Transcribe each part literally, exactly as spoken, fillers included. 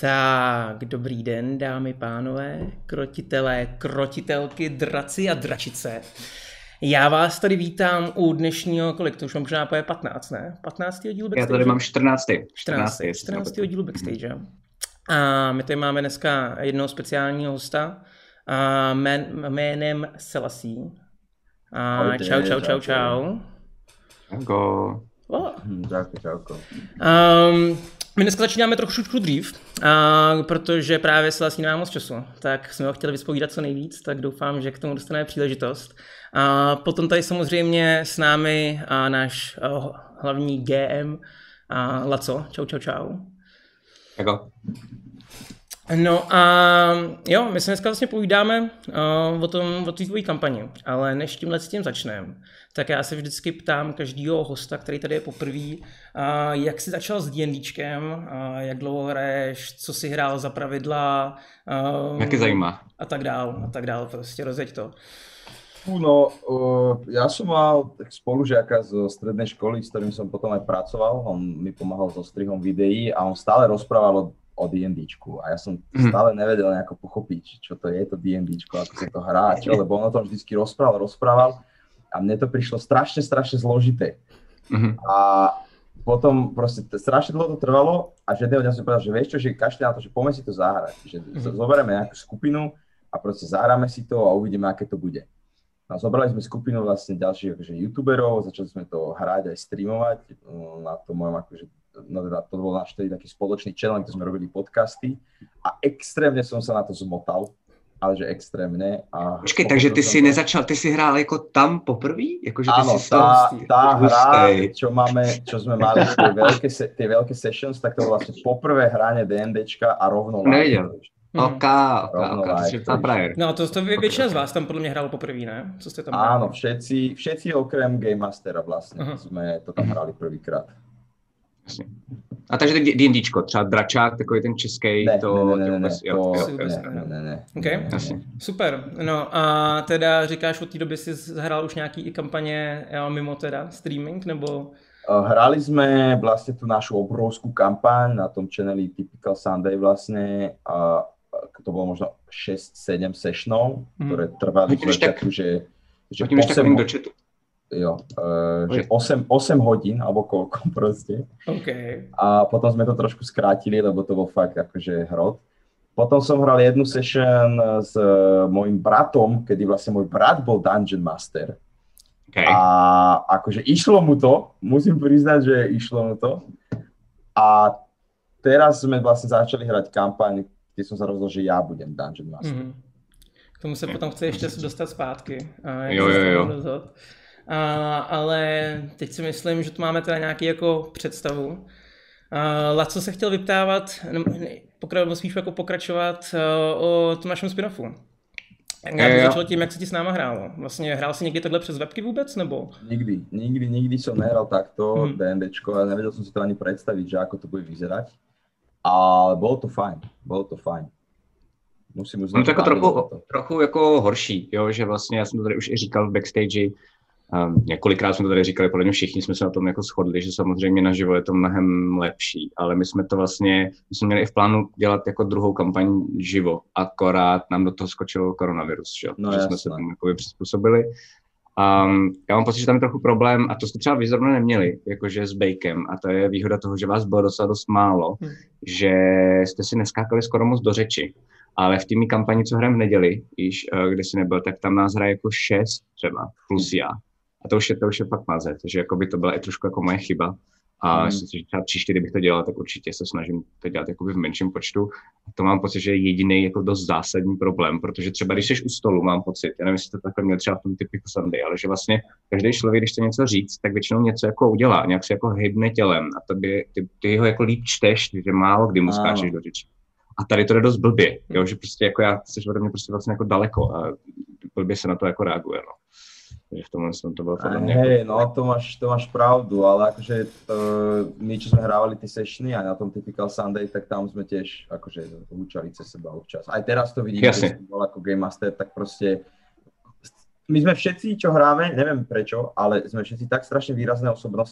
Tak, dobrý den, dámy, pánové, krotitelé, krotitelky, draci a dračice. Já vás tady vítám u dnešního, kolik to už mám možná poje patnáct, ne? patnáctého dílu Backstage? Já tady mám čtrnáctý. čtrnáctého čtrnáctého dílu Backstage. A my tady máme dneska jednoho speciálního hosta a jmén, jménem Selassie. A Ahojte, čau, čau, čau, čau. čau. Čauko. Oh. Hm, čauko, čauko. Um, my dneska začínáme trošku dřív, uh, protože právě Selassie nemá moc času, tak jsme ho chtěli vyspovídat co nejvíc, tak doufám, že k tomu dostaneme příležitost. A uh, potom tady samozřejmě s námi uh, náš uh, hlavní G M uh, Laco. Čau, čau, čau. Jako? No a jo, my se dneska vlastně povídáme uh, o tom, o té tvojí kampani, ale než tímhle s tím začneme, tak já se vždycky ptám každýho hosta, který tady je poprvé, uh, jak jsi začal s D&Dčkem, uh, jak dlouho hraješ, co jsi hrál za pravidla, uh, Jak je zajímá. a tak dál, a tak dál, prostě rozjeď to. No, uh, ja som mal spolužiaka zo strednej školy, s ktorým som potom aj pracoval. On mi pomáhal so strihom videí a on stále rozprával o, o D&Dčku. A ja som Mhm. stále nevedel nejako pochopiť, čo to je to D&Dčko, ako sa to hrá, čo, lebo on o tom vždycky rozprával, rozprával. A mne to prišlo strašne, strašne zložité. Mhm. A potom proste t- strašne dlho to trvalo a že jedného dňa som povedal, že vieš čo, že kašli na to, že poďme si to zahrať. Že z- zoberieme nejakú skupinu a proste zahráme si to a uvidíme, aké to bude. No, zobrali sme skupinu vlastne ďalších akože youtuberov, začali sme to hrať aj streamovať no, na to mojom akože, no teda to bol náš tedy taký spoločný channel, kde sme robili podcasty a extrémne som sa na to zmotal, ale že extrémne. A Počkej, takže ty som si to- nezačal, ty si hrál jako tam poprvé? Jako, že ty Áno, si tá, tá hra, Hustej. čo máme, čo sme mali, tie veľké, se, tie veľké sessions, tak to bolo vlastne poprvé hranie DNDčka a rovno live. Nevěděl. Ok, ok, Rovno ok, to live, si to ptal je- prajer. No to, to vě, většina z vás tam podle mě hrálo poprvé, ne? Co jste tam Áno, všetci, všetci okrem Game Mastera vlastne, Aha. sme to tam hrali prvýkrát. Jasně. A takže tak D&Dčko, třeba Dračák, takový ten český, Ne, to... ne, ne, ne, ne, vůbec- jo, to, jo, si ne, vůbec ne, ne. ne, ne. OK. ne, ne, Jasně. ne. Super, no a teda říkáš, od té doby jsi zahrál už nějaký i kampaně jo, mimo teda streaming, nebo... Uh, Hrali sme vlastne tú našu obrovskú kampaň na tom channeli Typical Sunday vlastne a a to bolo možno šesť sedem sessionov, Mhm. ktoré trvali Hodíš v začiatku, že, že Hodím ještě osem link ho- do chatu. jo, uh, že Oj. osem, osem hodín, alebo koľko proste. OK. A potom sme to trošku skrátili, lebo to bol fakt akože hrot. Potom som hral jednu session s uh, mojim bratom, kedy vlastne môj brat bol Dungeon Master. Okay. A akože išlo mu to, musím priznať, že išlo mu to. A teraz sme vlastne začali hrať kampaň, kde som sa rozhodol, že ja budem Dungeon Master. Mhm. K tomu se potom chce ještě dostat zpátky. A jak Jo, se jo, s jo. tím rozhodl. A, ale teď si myslím, že tu máme teda nějaký jako představu. A, Laco se chtěl vyptávat, nebo ne, pokra- spíš jako pokračovat uh, o tom našem spin-offu. Já bych Jo, jo. začal tím, jak se ti s náma hrálo. Vlastně hrál jsi někdy takhle přes webky vůbec, nebo? Nikdy, nikdy, nikdy som nehral takto Mhm. DNDčko a nevedel som si to ani predstaviť, že ako to bude vyzerať. Ale bolo to fajn, bolo to fajn. Musím uznať, Ono to jako bavilo trochu, to. trochu jako horší, jo, že vlastně já jsem to tady už i říkal v backstage, um, několikrát jsme to tady říkali, podle mě všichni jsme se na tom jako shodli, že samozřejmě naživo je to mnohem lepší, ale my jsme to vlastně, my jsme měli i v plánu dělat jako druhou kampaň živo, akorát nám do toho skočil koronavirus, že, jo, No že jsme jasné. se tomu jako přizpůsobili. Um, já mám pocit, že tam je trochu problém, a to jste třeba vy zrovna neměli, jakože s Bakem, a to je výhoda toho, že vás bylo docela dost málo, Hmm. že jste si neskákali skoro moc do řeči. Ale v týmí kampani, co hrajeme v neděli, již, uh, kde jsi nebyl, tak tam nás hraje jako šest třeba, plus já. A to už je, to už je fakt mazet, takže jako by to byla i trošku jako moje chyba. A Hmm. myslím si, že třeba příště, kdybych to dělal, tak určitě se snažím to dělat jakoby v menším počtu. A to mám pocit, že je jediný jako dost zásadní problém, protože třeba když jsi u stolu, mám pocit, já nevím, jestli to takhle měl třeba v tom Typical Sunday, ale že vlastně každý člověk, když chce něco říct, tak většinou něco jako udělá, nějak se jako hybne tělem a tobě, ty, ty ho jako líp čteš, že málo kdy mu skáčeš Áno. do řeči. A tady to jde dost blbě, jo, že prostě jako já, jsi ode mě prostě vlastně jako daleko a blbě se na to jako reaguje, no. Takže v tomhle jsem to bylo podle mě Hej, jako... no to máš, to máš pravdu, ale akože to, my, čo sme hrávali tie sessiony a na tom Typical Sunday, tak tam sme tiež akože húčali cez seba občas. Aj teraz to vidím, Jasne. že som bol ako Game Master, tak proste my sme všetci, čo hráme, neviem prečo, ale sme všetci tak strašne výrazné osobnosti,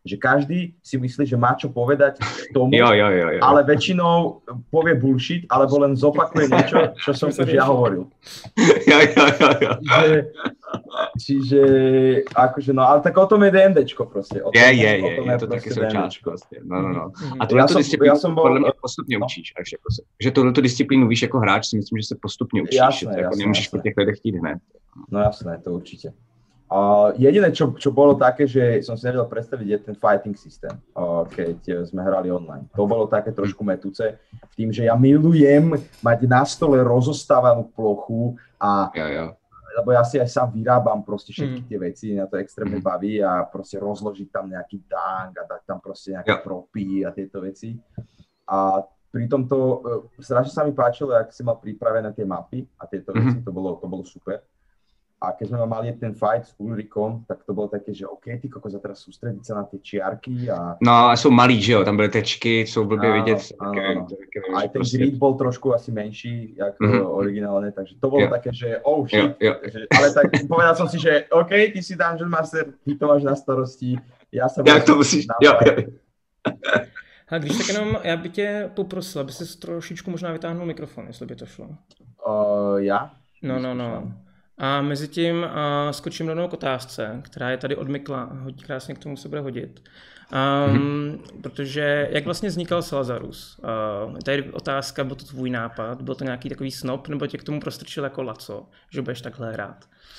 že každý si myslí, že má čo povedať k tomu, jo, jo, jo, jo. ale väčšinou povie bullshit, alebo len zopakuje niečo, čo som už ja hovoril. Jo, jo, jo, jo. Čiže, čiže akože, no, ale tak o tom je DMDčko proste. O tom, je, je, o je, tom je to taky součást prostě. No, no, no. A já tuhle jsem, disciplínu já jsem bol, podle mě postupně no. učíš. Až jako se, že tuhle disciplínu víš jako hráč, si myslím, že se postupně učíš. Jasné, že to jako jasné, nemůžeš jasné. po těch lidech chtít hned. No jasné, to určite. Uh, jediné, čo, čo bolo také, že som si nevedel predstaviť, je ten fighting systém, uh, keď sme hrali online. To bolo také trošku metúce, v tým, že ja milujem mať na stole rozostávanú plochu a jo, jo. lebo ja si aj sám vyrábam proste všetky Mm. tie veci, mňa to extrémne Mm. baví a proste rozložiť tam nejaký dang a dať tam proste nejaké Jo. propy a tieto veci. A pri tomto uh, strašne sa mi páčilo, jak si mal pripravené tie mapy a tieto Mhm. veci, to bolo, to bolo super. A keď sme mali ten fight s Ulrikom, tak to bolo také, že OK, ty kokos, a teraz sústrediť sa na tie čiarky a... No a jsou malý, že jo, tam byly tečky, jsou blbě Áno, vidět. áno, také- áno. také- Aj ten prostě- grid bol trošku asi menší, jak Mhm. mm-hmm. originálne, takže to bolo Jo. také, že oh Jo, shit. jo. Že, ale tak povedal som si, že OK, ty si Dungeon Master, ty to máš na starosti, ja sa Jak to budem musíš, na jo, fight. jo. A když tak jenom, já by tě poprosil, aby si trošičku možná vytáhnul mikrofon, jestli by to šlo. Uh, ja? No, no, no. A mezi tím uh, skočím rovnou k otázce, která je tady od Mikla, hodně krásně k tomu se bude hodit. Um, mm-hmm. Protože jak vlastně vznikal Salazarus? Uh, tady otázka, byl to tvůj nápad, byl to nějaký takový snob, nebo tě k tomu prostrčil jako Laco, že budeš takhle hrát?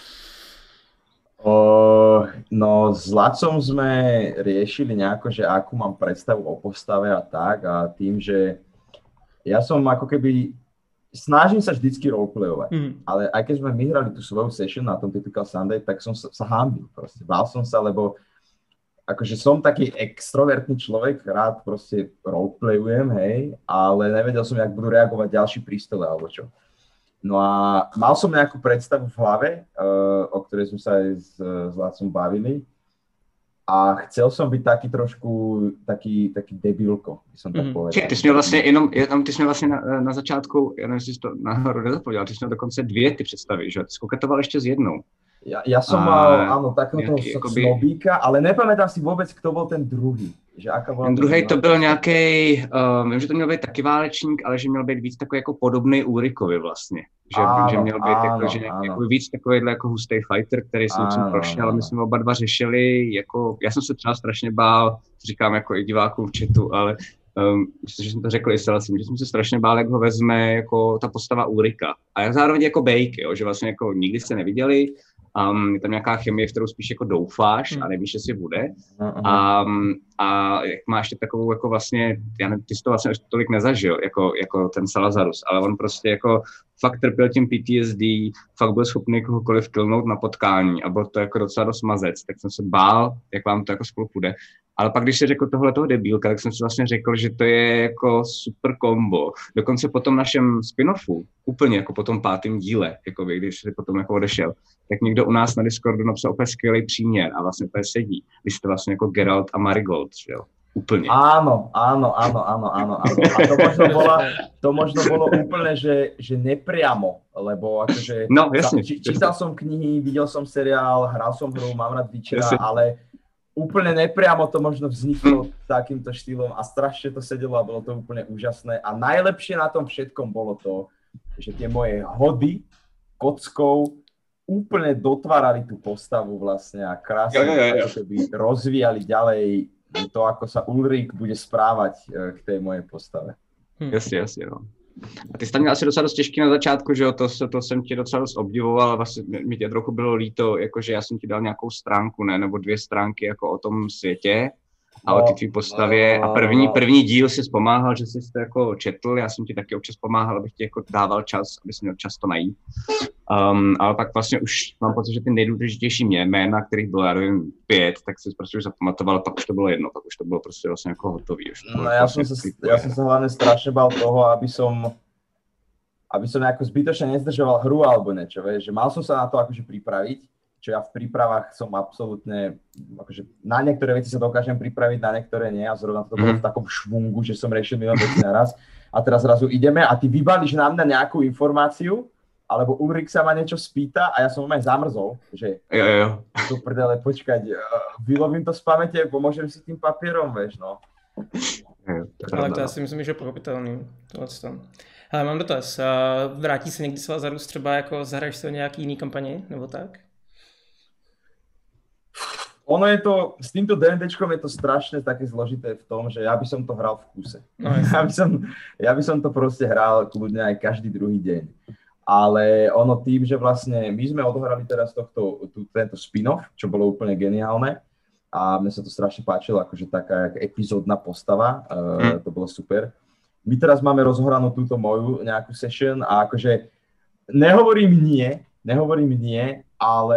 Uh, no s Lacom sme riešili nejako, že akú mám predstavu o postave a tak a tým, že ja som ako keby snažím sa vždycky roleplayovať, Mm. ale aj keď sme my hrali tú svoju session na tom Typical Sunday, tak som sa, sa hámbil proste, bál som sa, lebo akože som taký extrovertný človek, rád proste roleplayujem, hej, ale nevedel som, jak budú reagovať ďalší pri stole alebo čo. No a mal som nejakú predstavu v hlave, uh, o ktorej sme sa aj s, s Lacom bavili a chcel som byť taký trošku, taký, taký debilko, by som tak Mhm. povedal. Čekaj, ty jsi měl vlastně jenom, jenom ty jsi měl vlastně na, na začátku, já nevím, jestli jsi to náhodou nezapomněl, ty jsi měl dokonce dvě ty představy, že? Ty jsi koketoval ještě s jednou. Ja, ja som A mal, áno, takého toho nejaký, akoby- snobíka, ale nepamätám si vôbec, kto bol ten druhý. Že aká bola Ten tá druhý druhá to byl postava. nějaký, uh, vím, že to měl být taky válečník, ale že měl být víc takový jako podobný Úrikovi vlastně. Že, Áno, že měl být áno, jako, že nějaký, áno. jako víc takovýhle jako hustý fighter, který si něčím Áno, prošel, áno. ale my jsme oba dva řešili, jako, já jsem se třeba strašně bál, říkám jako i divákům v chatu, ale um, myslím, že jsem to řekl i Selacím, že jsem se strašně bál, jak ho vezme jako ta postava Úrika. A jak zároveň jako Bejk, jo, že vlastně jako nikdy se neviděli, um, je tam nějaká chemie, v kterou spíš jako doufáš a nevíš, jestli bude. A, a jak má ještě takovou jako vlastně, já nevím, ty jsi to vlastně už tolik nezažil, jako, jako ten Salazarus, ale on prostě jako fakt trpěl tím P T S D, fakt byl schopný kohokoliv killnout na potkání a byl to jako docela dost mazec, tak jsem se bál, jak vám to jako spolu půjde. Ale pak, když si řekl tohle toho debílka, tak jsem si vlastně řekl, že to je jako super kombo. Dokonce po tom našem spin-offu, úplně jako po tom pátém díle, jako vy, když jsi potom jako odešel, tak někdo u nás na Discordu napsal úplně skvělý příměr a vlastně úplně sedí. Když jste vlastně jako Geralt a Marigold, že jo? Úplně. Áno, áno, áno, áno, áno, áno. A to možno, bola, to možno bolo úplne, že, že nepriamo, lebo akože No, jasne. či, čítal som knihy, videl som seriál, hral som hru, mám rád Witchera, Jasne. ale úplne nepriamo to možno vzniklo takýmto štýlom a strašne to sedelo a bolo to úplne úžasné. A najlepšie na tom všetkom bolo to, že tie moje hody kockou úplne dotvárali tú postavu vlastne a krásne Jo, jo, jo, jo. ako keby rozvíjali ďalej to, ako sa Ulrik bude správať k tej mojej postave. Hm. Jasně, jasně, no. A ty jsi tam měl asi docela dost těžký na začátku, že jo, to, se- to jsem ti docela dost obdivoval, a vlastně mi tě trochu bylo líto, jakože já jsem ti dal nějakou stránku, ne, nebo dvě stránky jako o tom světě a o ty tvý postavě a první, první díl jsi pomáhal, že jsi to jako četl, já jsem ti taky občas pomáhal, abych ti jako dával čas, aby jsi měl čas to najít. Um, ale pak vlastně už mám pocit, že ty nejdůležitější mě, jména, kterých bylo, já nevím, pět, tak si prostě už zapamatoval, pak už to bylo jedno, pak už to bylo prostě vlastně jako hotový. Už to No bylo ja vlastně som, sa, klipové. ja som sa hlavne strašne bál toho, aby som aby som nejako zbytočne nezdržoval hru alebo niečo, vieš, že mal som sa na to akože pripraviť, čo ja v prípravách som absolútne, akože na niektoré veci sa dokážem pripraviť, na niektoré nie a zrovna to bolo Mhm. v takom švungu, že som riešil milión vecí naraz a teraz zrazu ideme a ty vybalíš na mňa nejakú informáciu alebo Ulrik sa ma niečo spýta a ja som aj zamrzol, že Jo, jo. tu prdele, počkať, vylovím to z pamäte, pomôžem si tým papierom, vieš, no. Jo, to Ale pravda, to já no. si myslím, že je pochopitelný. Ale mám dotaz. Vrátí se někdy Salazarus třeba jako zahraješ se nějaký jiný kampani, nebo tak? Ono je to, s týmto DNDčkom je to strašne také zložité v tom, že ja by som to hral v kúse. No, ja, by som, ja by som to proste hral kľudne aj každý druhý deň. Ale ono tým, že vlastne my sme odohrali teraz tohto, tú, tento spin-off, čo bolo úplne geniálne a mne sa to strašne páčilo, akože taká epizódna postava, uh, to bolo super. My teraz máme rozhranú túto moju nejakú session a akože nehovorím nie, nehovorím nie, ale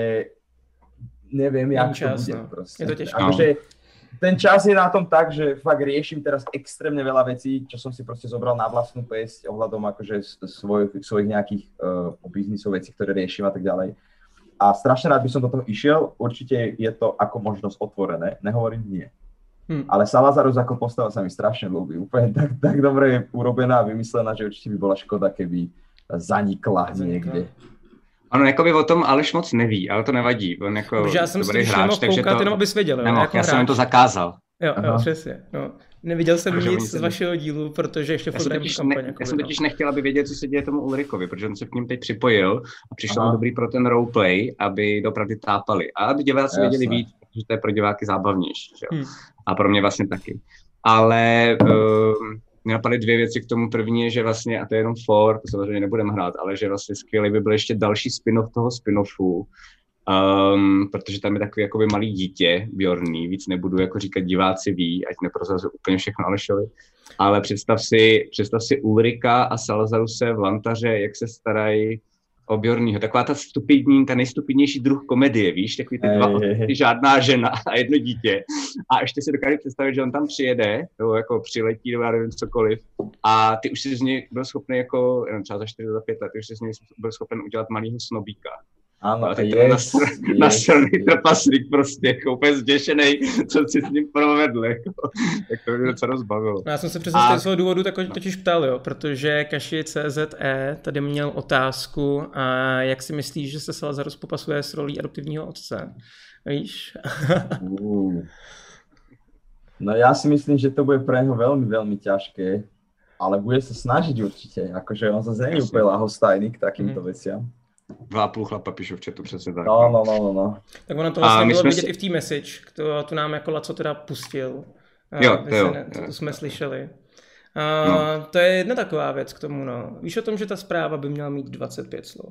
neviem, jak čas, to bude no. proste. Je to ťažké. Akože ten čas je na tom tak, že fakt riešim teraz extrémne veľa vecí, čo som si proste zobral na vlastnú päsť ohľadom akože svojich, svojich nejakých uh, biznisov, vecí, ktoré riešim a tak ďalej. A strašne rád by som do toho išiel, určite je to ako možnosť otvorené, nehovorím nie. Hmm. Ale Salazarus ako postava sa mi strašne ľúbi, úplne tak, tak dobre je urobená a vymyslená, že určite by bola škoda, keby zanikla niekde. Ono jakoby o tom Aleš moc neví, ale to nevadí. On jako Protože já jsem dobrý si hráč, mohl takže koukat, to... jenom abys věděl. Nemohl, jako já jsem jim to zakázal. Jo, jo, přesně. No. Neviděl jsem Takže nic se... z vašeho dílu, protože ještě já jsem totiž, ne, kampaň, já jsem totiž nechtěl, aby věděl, co se děje tomu Ulrikovi, protože on se k ním teď připojil a přišlo mu dobrý pro ten roleplay, aby opravdu tápali. A aby diváci věděli víc, protože to je pro diváky zábavnější. Že? Hmm. A pro mě vlastně taky. Ale... Um, mě napadly dvě věci k tomu. První je, že vlastně, a to je jenom for, to samozřejmě nebudeme hrát, ale že vlastně skvělý by byl ještě další spin-off toho spin-offu, um, protože tam je takový jakoby malý dítě, Bjorný, víc nebudu jako říkat, diváci ví, ať neprozrazuji úplně všechno Alešovi, ale představ si, představ si Ulrika a Salazaruse v Lantaře, jak se starají o Bjornýho. Taková ta stupidní, ta nejstupidnější druh komedie, víš, takový ty dva otci, žádná žena a jedno dítě. A ještě si dokážu představit, že on tam přijede, nebo jako přiletí, nebo já nevím cokoliv, a ty už si z něj byl schopný jako, jenom třeba za čtyři, za pět let, ty už si z něj byl schopen udělat malýho snobíka. Ano, a teď yes, nasraný yes. trpaslík prostě, jako úplně zděšenej, co si s ním provedl, jako. Tak to mě docela rozbavilo. No, já jsem se přesně a... z toho důvodu tak, totiž ptal, jo, protože Kaši C Z E tady měl otázku, a jak si myslíš, že se Salazarus popasuje s rolí adoptivního otce, víš? uh. No já si myslím, že to bude pre něho velmi, velmi ťažké, ale bude se snažit určitě, jakože on zase není úplně lahostajný k takýmto mm. veciam. Dva a půl chlapa píšu v chatu, přesně tak. No, no, no, no, no. Tak ono to vlastně bylo vidět si... i v té message, to, tu nám jako Laco teda pustil. Jo, to jo. Ne, to, to jsme slyšeli. A, no. To je jedna taková věc k tomu, no. Víš o tom, že ta zpráva by měla mít dvacet pět slov?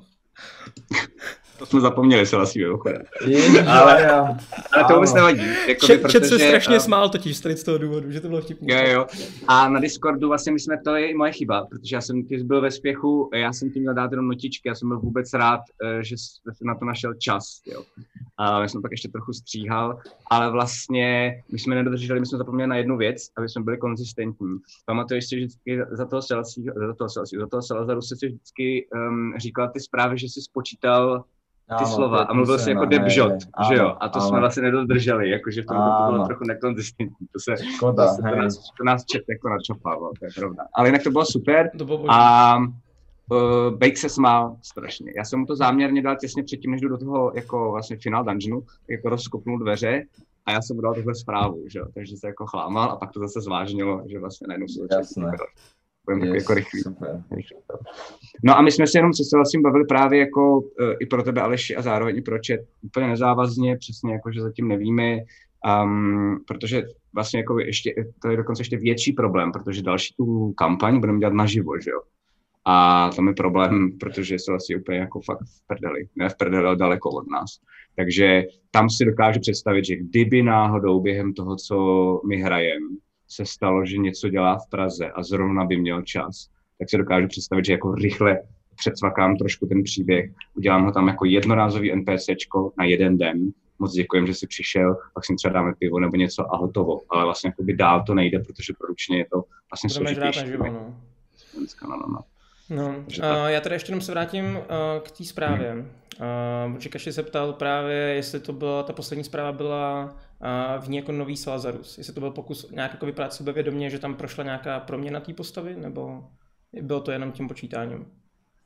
To jsme zapomněli, se vlastně mimochodem. Ale, ale to vůbec nevadí. Jakoby, Čet, protože, čet se strašně uh, smál totiž z toho důvodu, že to bylo vtipný. Jo, jo. A na Discordu vlastně my jsme, to je i moje chyba, protože já jsem když byl ve spěchu, já jsem tím měl dát jenom notičky, já jsem byl vůbec rád, že jsem na to našel čas, jo. A já jsem pak ještě trochu stříhal, ale vlastně my jsme nedodrželi, my jsme zapomněli na jednu věc, aby jsme byli konzistentní. Pamatuješ si vždycky za toho Salazaruse, za toho Salazaruse, za toho Salazaruse si vždycky um, říkal ty zprávy, že jsi spočítal ty ano, slova a mluvil si jako debžot, že jo? A to ano. jsme vlastně nedodrželi, jakože v tom to bylo trochu nekonzistentní. To se, Škoda, to, to, nás, to nás čet jako načopávalo, to je pravda. Ale jinak to bylo super to bylo a uh, Bake se smál strašně. Já jsem mu to záměrně dal těsně předtím, než jdu do toho jako vlastně final dungeonu, jako rozkopnul dveře a já jsem mu dal tuhle zprávu, že jo? Takže se jako chlámal a pak to zase zvážnilo, že vlastně najednou se začal budeme yes, jako rychlý. rychlý. No a my jsme se jenom se Selasím bavili právě jako uh, i pro tebe, Aleši, a zároveň i pro chat úplně nezávazně, přesně jako, že zatím nevíme, um, protože vlastně jako ještě, to je dokonce ještě větší problém, protože další tu kampaň budeme dělat naživo, že jo. A tam je problém, protože Selasí je úplně jako fakt v prdeli, ne v prdeli, ale daleko od nás. Takže tam si dokážu představit, že kdyby náhodou během toho, co my hrajeme, se stalo, že něco dělá v Praze a zrovna by měl čas, tak si dokážu představit, že jako rychle předsvakám trošku ten příběh, udělám ho tam jako jednorázový NPCčko na jeden den, moc děkujem, že jsi přišel, pak si třeba dáme pivo nebo něco a hotovo, ale vlastně jakoby dál to nejde, protože produkčně je to vlastně složitější. No. No, no, no. No, uh, já teda ještě jenom se vrátím uh, k té zprávě. Hmm. Uh, Kaši se ptal právě, jestli to byla, ta poslední zpráva byla uh, v ní jako nový Salazarus. Jestli to byl pokus nějak jako vypadat sebevědomě, že tam prošla nějaká proměna té postavy, nebo bylo to jenom tím počítáním?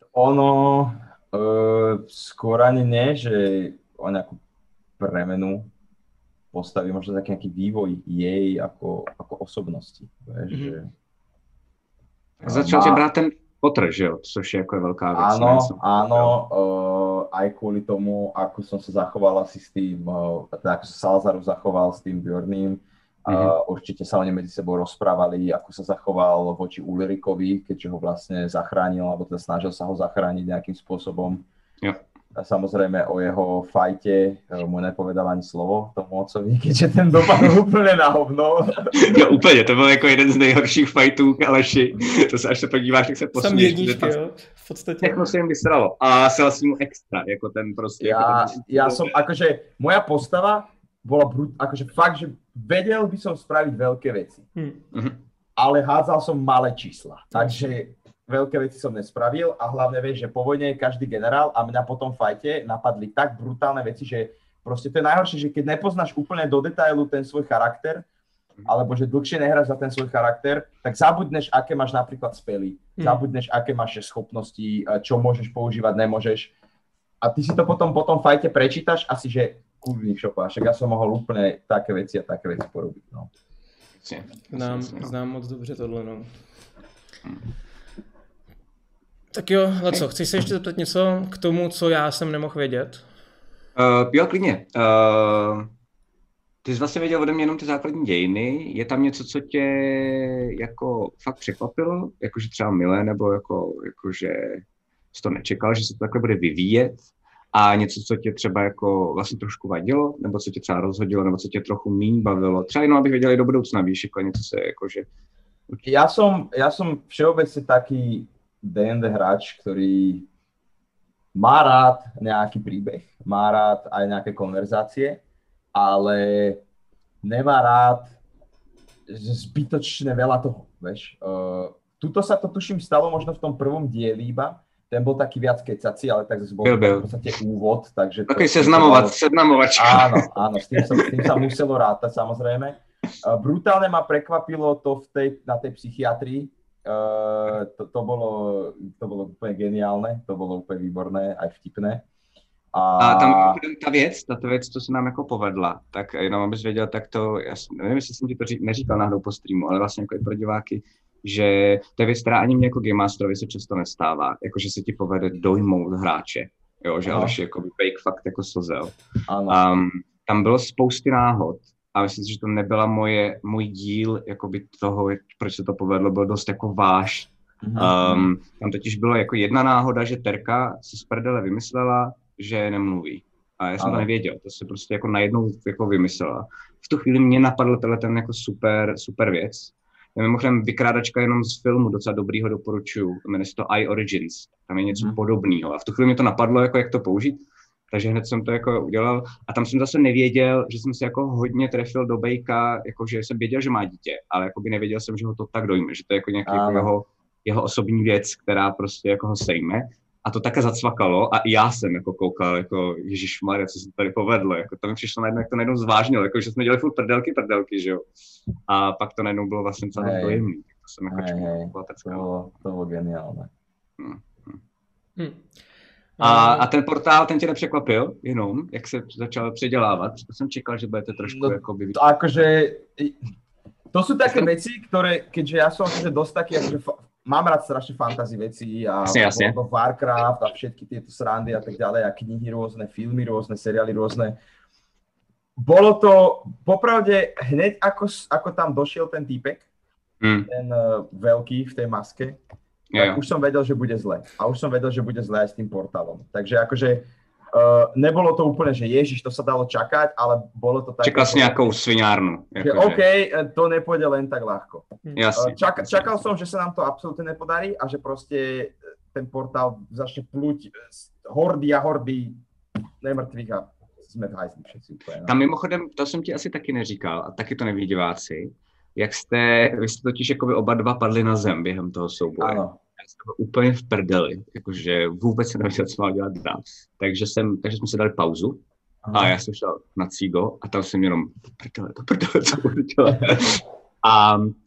Ono uh, skôr ani nie, že o nejakú premenu postavy, možno taký nejaký vývoj jej ako, ako osobnosti. Vieš, mm-hmm. že... Začal má... tě brát ten Potter, že jo? Což je jako velká věc. Áno, áno, uh, aj kvôli tomu, ako som sa zachoval asi s tým, uh, teda ako sa Salazar zachoval s tým Bjorným. Mm-hmm. Uh, určite sa oni medzi sebou rozprávali, ako sa zachoval voči Ulrikovi, keďže ho vlastne zachránil, alebo teda snažil sa ho zachrániť nejakým spôsobom. Jo. A samozrejme o jeho fajte mu nepovedal ani slovo tomu otcovi, keďže ten dopadl úplně na hovno. Jo, úplně, to byl jako jeden z nejhorších fajtů, Aleši. To se až se podíváš, tak se posměš. Sam jedničky, jo, v podstatě. Všechno se jim vysralo. A sel si mu extra, jako ten prostě. Ja, jako ten... ja som, akože, moja postava bola brut, akože fakt, že vedel by som spraviť veľké veci. Hmm. Ale hádzal som malé čísla. Takže veľké veci som nespravil a hlavne vieš, že po vojne je každý generál a mňa po tom fajte napadli tak brutálne veci, že proste to je najhoršie, že keď nepoznáš úplne do detailu ten svoj charakter, alebo že dlhšie nehráš za ten svoj charakter, tak zabudneš, aké máš napríklad spely, hmm. zabudneš, aké máš schopnosti, čo môžeš používať, nemôžeš. A ty si to potom po tom fajte prečítaš asi, že kurvý šopa, však ja som mohol úplne také veci a také veci porobiť. No. Znám, znám moc dobře tohle, no. Tak jo, Laco, chceš se ještě zeptat něco k tomu, co já jsem nemohl vědět? Uh, jo, klidně. Uh, ty jsi vlastně věděl ode mě jenom ty základní dějiny. Je tam něco, co tě jako fakt překvapilo? Jakože třeba milé, nebo jako, jakože jsi to nečekal, že se to takhle bude vyvíjet? A něco, co tě třeba jako vlastně trošku vadilo? Nebo co tě třeba rozhodilo? Nebo co tě trochu míň bavilo? Třeba jenom, abych věděl i do budoucna, víš, jako něco se jakože... Ja som, ja som všeobecne taký dé end dé hráč, ktorý má rád nejaký príbeh, má rád aj nejaké konverzácie, ale nemá rád zbytočne veľa toho, vieš. Uh, tuto sa to tuším stalo možno v tom prvom dieli iba, ten bol taký viac kecací, ale tak zase bol v podstate úvod, takže... Taký seznamovačka. Áno, áno, s tým, sa, s tým sa muselo rátať samozrejme. Uh, brutálne ma prekvapilo to v tej, na tej psychiatrii. Uh, to, to, bolo, to bolo úplne geniálne, to bolo úplne výborné, aj vtipné. A, a tam ta věc, ta věc, co se nám jako povedla, tak jenom abys věděl, tak to, já nevím, jestli jsem ti to ří, neříkal náhodou po streamu, ale vlastně jako i pro diváky, že to je věc, která ani mě jako Game Masterovi se často nestává, jako že se ti povede dojmout hráče, jo, že Aleš jako fake fakt jako slzel. Um, tam bylo spousty náhod a myslím si, že to nebyla moje, můj díl jakoby toho, proč se to povedlo, byl dost jako váš. Um, tam totiž bylo jako jedna náhoda, že Terka si z prdele vymyslela, že nemluví. A já jsem ano. to nevěděl, to se prostě jako najednou jako vymyslela. V tu chvíli mě napadl tenhle ten jako super, super věc. Já mimochodem Vykrádačka jenom z filmu docela dobrýho doporučuju, jmenuje se to I Origins, tam je něco hmm. podobného. A v tu chvíli mě to napadlo, jako jak to použít, takže hned jsem to jako udělal. A tam jsem zase nevěděl, že jsem si jako hodně trefil do Bejka, jako že jsem věděl, že má dítě, ale jako by nevěděl jsem, že ho to tak dojme, že to je jako nějaký jako jeho, jeho osobní věc, která prostě jako ho sejme. A to také zacvakalo a i já jsem jako koukal, jako ježišmarja, co se tady povedlo, jako to mi přišlo najednou, jak to najednou zvážnilo, jako že jsme dělali furt prdelky, prdelky, že jo. A pak to najednou bylo vlastně celé dojemný, to jsem jako čekal. To bylo, to bylo geniálné. Hmm. Hmm. A, a ten portál, ten tě nepřekvapil jenom, jak se začal předělávat? To jsem čekal, že budete trošku no, jako by... To akože, to sú také veci, ktoré, keďže ja som akože dosť taký, akože mám rád strašne fantasy veci a jasne, World of Warcraft a všetky tieto srandy a tak ďalej a knihy rôzne, filmy rôzne, seriály rôzne. Bolo to, popravde, hneď ako, ako tam došiel ten týpek, mm. ten uh, veľký v tej maske, tak už som vedel, že bude zle. A už som vedel, že bude zle aj s tým portálom. Takže akože Uh, nebolo to úplne, že ježiš, to sa dalo čakať, ale bolo to tak... Čakal si nejakou sviňárnu. Že OK, to nepôjde len tak ľahko. Jasne. Uh, čak, čakal som, že sa nám to absolútne nepodarí a že proste ten portál začne pluť hordy a hordy nemrtvých a sme v hajzli všetci úplne. Tam mimochodem, to jsem ti asi taky neříkal a taky to neví diváci, jak jste, vy jste totiž jakoby oba dva padli na zem během toho souboje. Ano. Já jsem byl úplně v prdeli, jakože vůbec jsem nevěděl, co mám dělat dál. Takže, jsem, takže jsme si dali pauzu. Aha. A já jsem šel na Cigo a tam jsem jenom prdele, to prdele, co budu dělat. A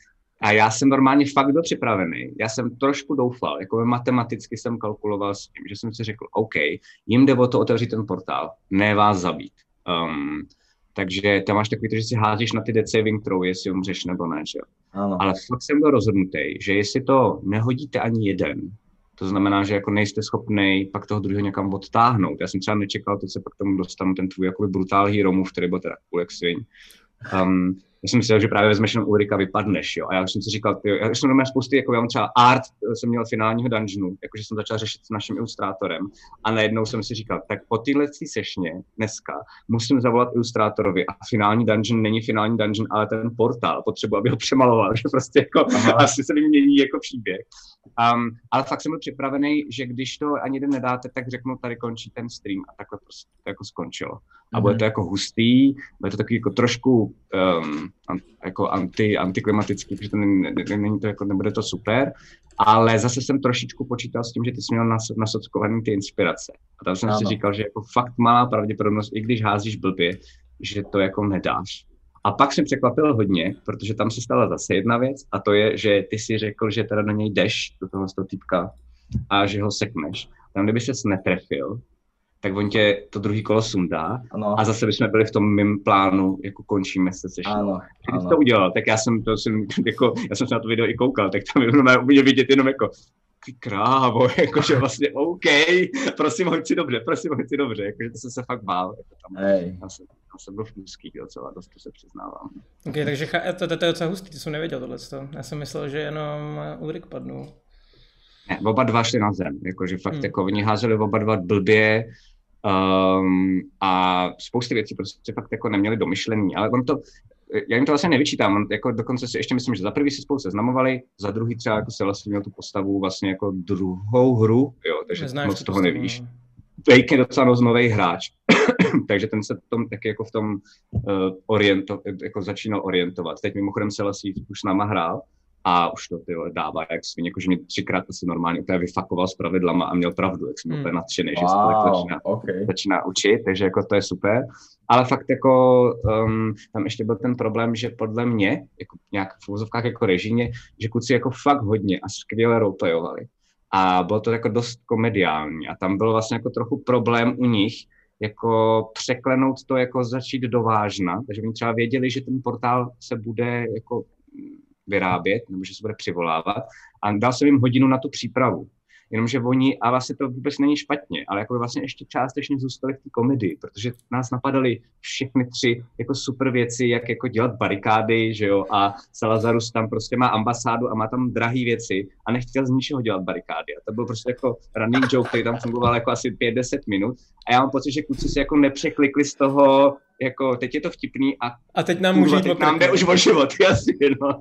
A já jsem normálně fakt byl připravený. Já jsem trošku doufal, jako matematicky jsem kalkuloval s tím, že jsem si řekl, OK, jim jde o to otevřít ten portál, ne vás zabít. Um, takže tam máš takový to, že si házíš na ty death saving throw, jestli umřeš nebo ne, že jo. Ano. Ale fakt jsem byl rozhodnutý, že jestli to nehodíte ani jeden, to znamená, že jako nejste schopný pak toho druhého někam odtáhnout. Já jsem třeba nečekal, teď se pak k tomu dostanu, ten tvůj jakoby brutál hero move, který byl teda cool jak sviň. Um, já jsem myslel, že právě vezmeš jenom Ulrika, vypadneš, jo. A já jsem si říkal, jo, já jsem měl spousty, jako já mám třeba art, jsem měl finálního dungeonu, jakože jsem začal řešit s naším ilustrátorem a najednou jsem si říkal, tak po téhle sešně dneska musím zavolat ilustrátorovi a finální dungeon není finální dungeon, ale ten portál, potřebuji, aby ho přemaloval, že prostě jako Aha. asi se mi mění jako příběh. Um, ale fakt jsem byl připravený, že když to ani jeden nedáte, tak řeknu, tady končí ten stream a takhle prostě to jako skončilo. A bude to jako hustý, bude to takový jako trošku um, jako anti, antiklimatický, protože to není, není to jako, nebude to super, ale zase jsem trošičku počítal s tím, že ty jsi měl nas, nasockovaný ty inspirace. A tam jsem ano. si říkal, že jako fakt malá pravděpodobnost, i když házíš blbě, že to jako nedáš. A pak jsem překvapil hodně, protože tam se stala zase jedna věc a to je, že ty si řekl, že teda na něj jdeš, do toho z toho týpka a že ho sekneš. Tam kdyby ses netrefil, tak on tě to druhý kolo sundá ano. a zase bychom byli v tom mým plánu, jako končíme se sešli. Když to udělal, tak já jsem, to jsem, jako, já jsem se na to video i koukal, tak tam jenom mě vidět jenom jako ty krávo, jakože vlastně OK, prosím, hoď si dobře, prosím, hoď si dobře, jakože to jsem se fakt bál. Jako tam, já, jsem, já jsem byl v úzký docela, dost to se přiznávám. OK, takže to, to, to je docela hustý, to jsem nevěděl tohleto. Já jsem myslel, že jenom Ulrik padnul. Ne, oba dva šli na zem, jakože fakt hmm. jako oni házeli oba dva blbě um, a spousty věcí prostě fakt jako neměli domyšlený, ale on to, já jim to vlastně nevyčítám, on jako dokonce si ještě myslím, že za prvý si spolu seznamovali, za druhý třeba jako se vlastně měl tu postavu vlastně jako druhou hru, jo, takže Neznáš moc toho postavu. nevíš. Jake je docela nový hráč, takže ten se tom taky jako v tom uh, oriento, jako začínal orientovat. Teď mimochodem Selassie už s náma hrál a už to ty dává jak svin, jakože mě třikrát asi normálně úplně vyfakoval s pravidlama a měl pravdu, jak jsem byl hmm. úplně nadšený, že se to tak začíná, okay. začíná učit, takže jako to je super. Ale fakt jako um, tam ještě byl ten problém, že podle mě, jako nějak v úvozovkách jako režijně, že kluci jako fakt hodně a skvěle roleplayovali. A bylo to jako dost komediální a tam byl vlastně jako trochu problém u nich, jako překlenout to, jako začít do vážna, takže oni třeba věděli, že ten portál se bude jako vyrábět, nebo že se bude přivolávat a dal jsem jim hodinu na tu přípravu. Jenomže oni, a vlastně to vůbec není špatně, ale jako vlastně ještě částečně zůstali v té komedii, protože nás napadaly všechny tři jako super věci, jak jako dělat barikády, že jo, a Salazarus tam prostě má ambasádu a má tam drahý věci a nechtěl z ničeho dělat barikády. A to byl prostě jako running joke, který tam fungoval jako asi pět deset minut a já mám pocit, že kluci si jako nepřeklikli z toho, jako teď je to vtipný a, a teď nám může jít nám jde už o život, jasně, no.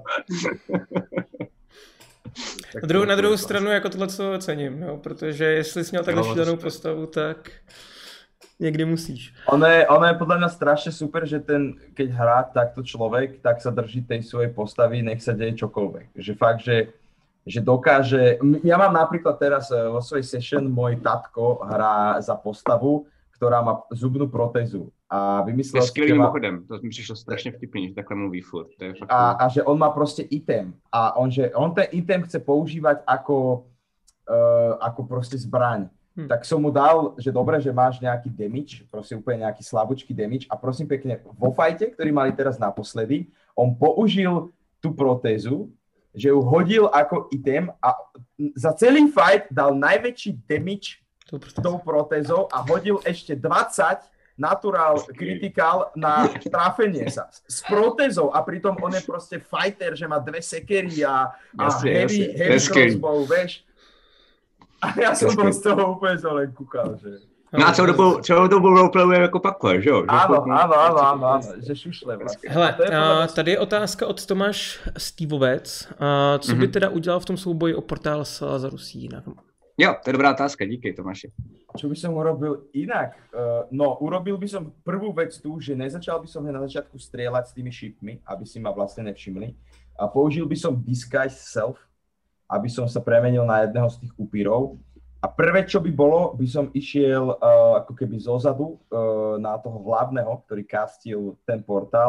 Na druhou, na druhou stranu jako tohle co cením, jo, protože jestli jsi měl takhle no, šílenou postavu, tak někdy musíš. Ono je, ono je podľa mňa strašne super, že ten, keď hrá takto človek, tak sa drží tej svojej postavy, nech sa deje čokoľvek. Že fakt, že, že dokáže... Ja mám napríklad teraz vo svojej session, môj tatko hrá za postavu, ktorá má zubnú protézu. A vymyslel to je skvělým mimochodem, to mi přišlo strašně vtipný, že takhle mluví furt. To je fakt a, a že on má prostě item a on, že on ten item chce používať ako, uh, ako prostě zbraň. Hmm. Tak som mu dal, že dobre, že máš nejaký damage, prostě úplne nejaký slabúčky damage a prosím pekne, vo fajte, ktorý mali teraz naposledy, on použil tú protézu, že ju hodil ako item a za celý fight dal najväčší damage tou protézou a hodil ešte dvadsať natural, critical na trafenie sa s protézou a pritom on je proste fighter, že má dve sekery a, a jasne, heavy, jasne. heavy crossbow, vieš. A ja som bol z toho úplne sa len kúkal, že... No a celou dobu, celou dobu roleplayuje jako pakle, že jo? Áno, áno, áno, áno, áno, že šušle vlastne. Hele, a tady je otázka od Tomáš Stevovec. A co by teda udělal v tom souboji o portál Salazarus jinak? Jo, to je dobrá otázka, díky Tomáši. Čo by som urobil inak? Uh, no, urobil by som prvú vec tu, že nezačal by som hneď na začiatku strieľať s tými šipmi, aby si ma vlastne nevšimli. A použil by som disguise self, aby som sa premenil na jedného z tých upírov. A prvé, čo by bolo, by som išiel uh, ako keby zozadu uh, na toho hlavného, ktorý castil ten portál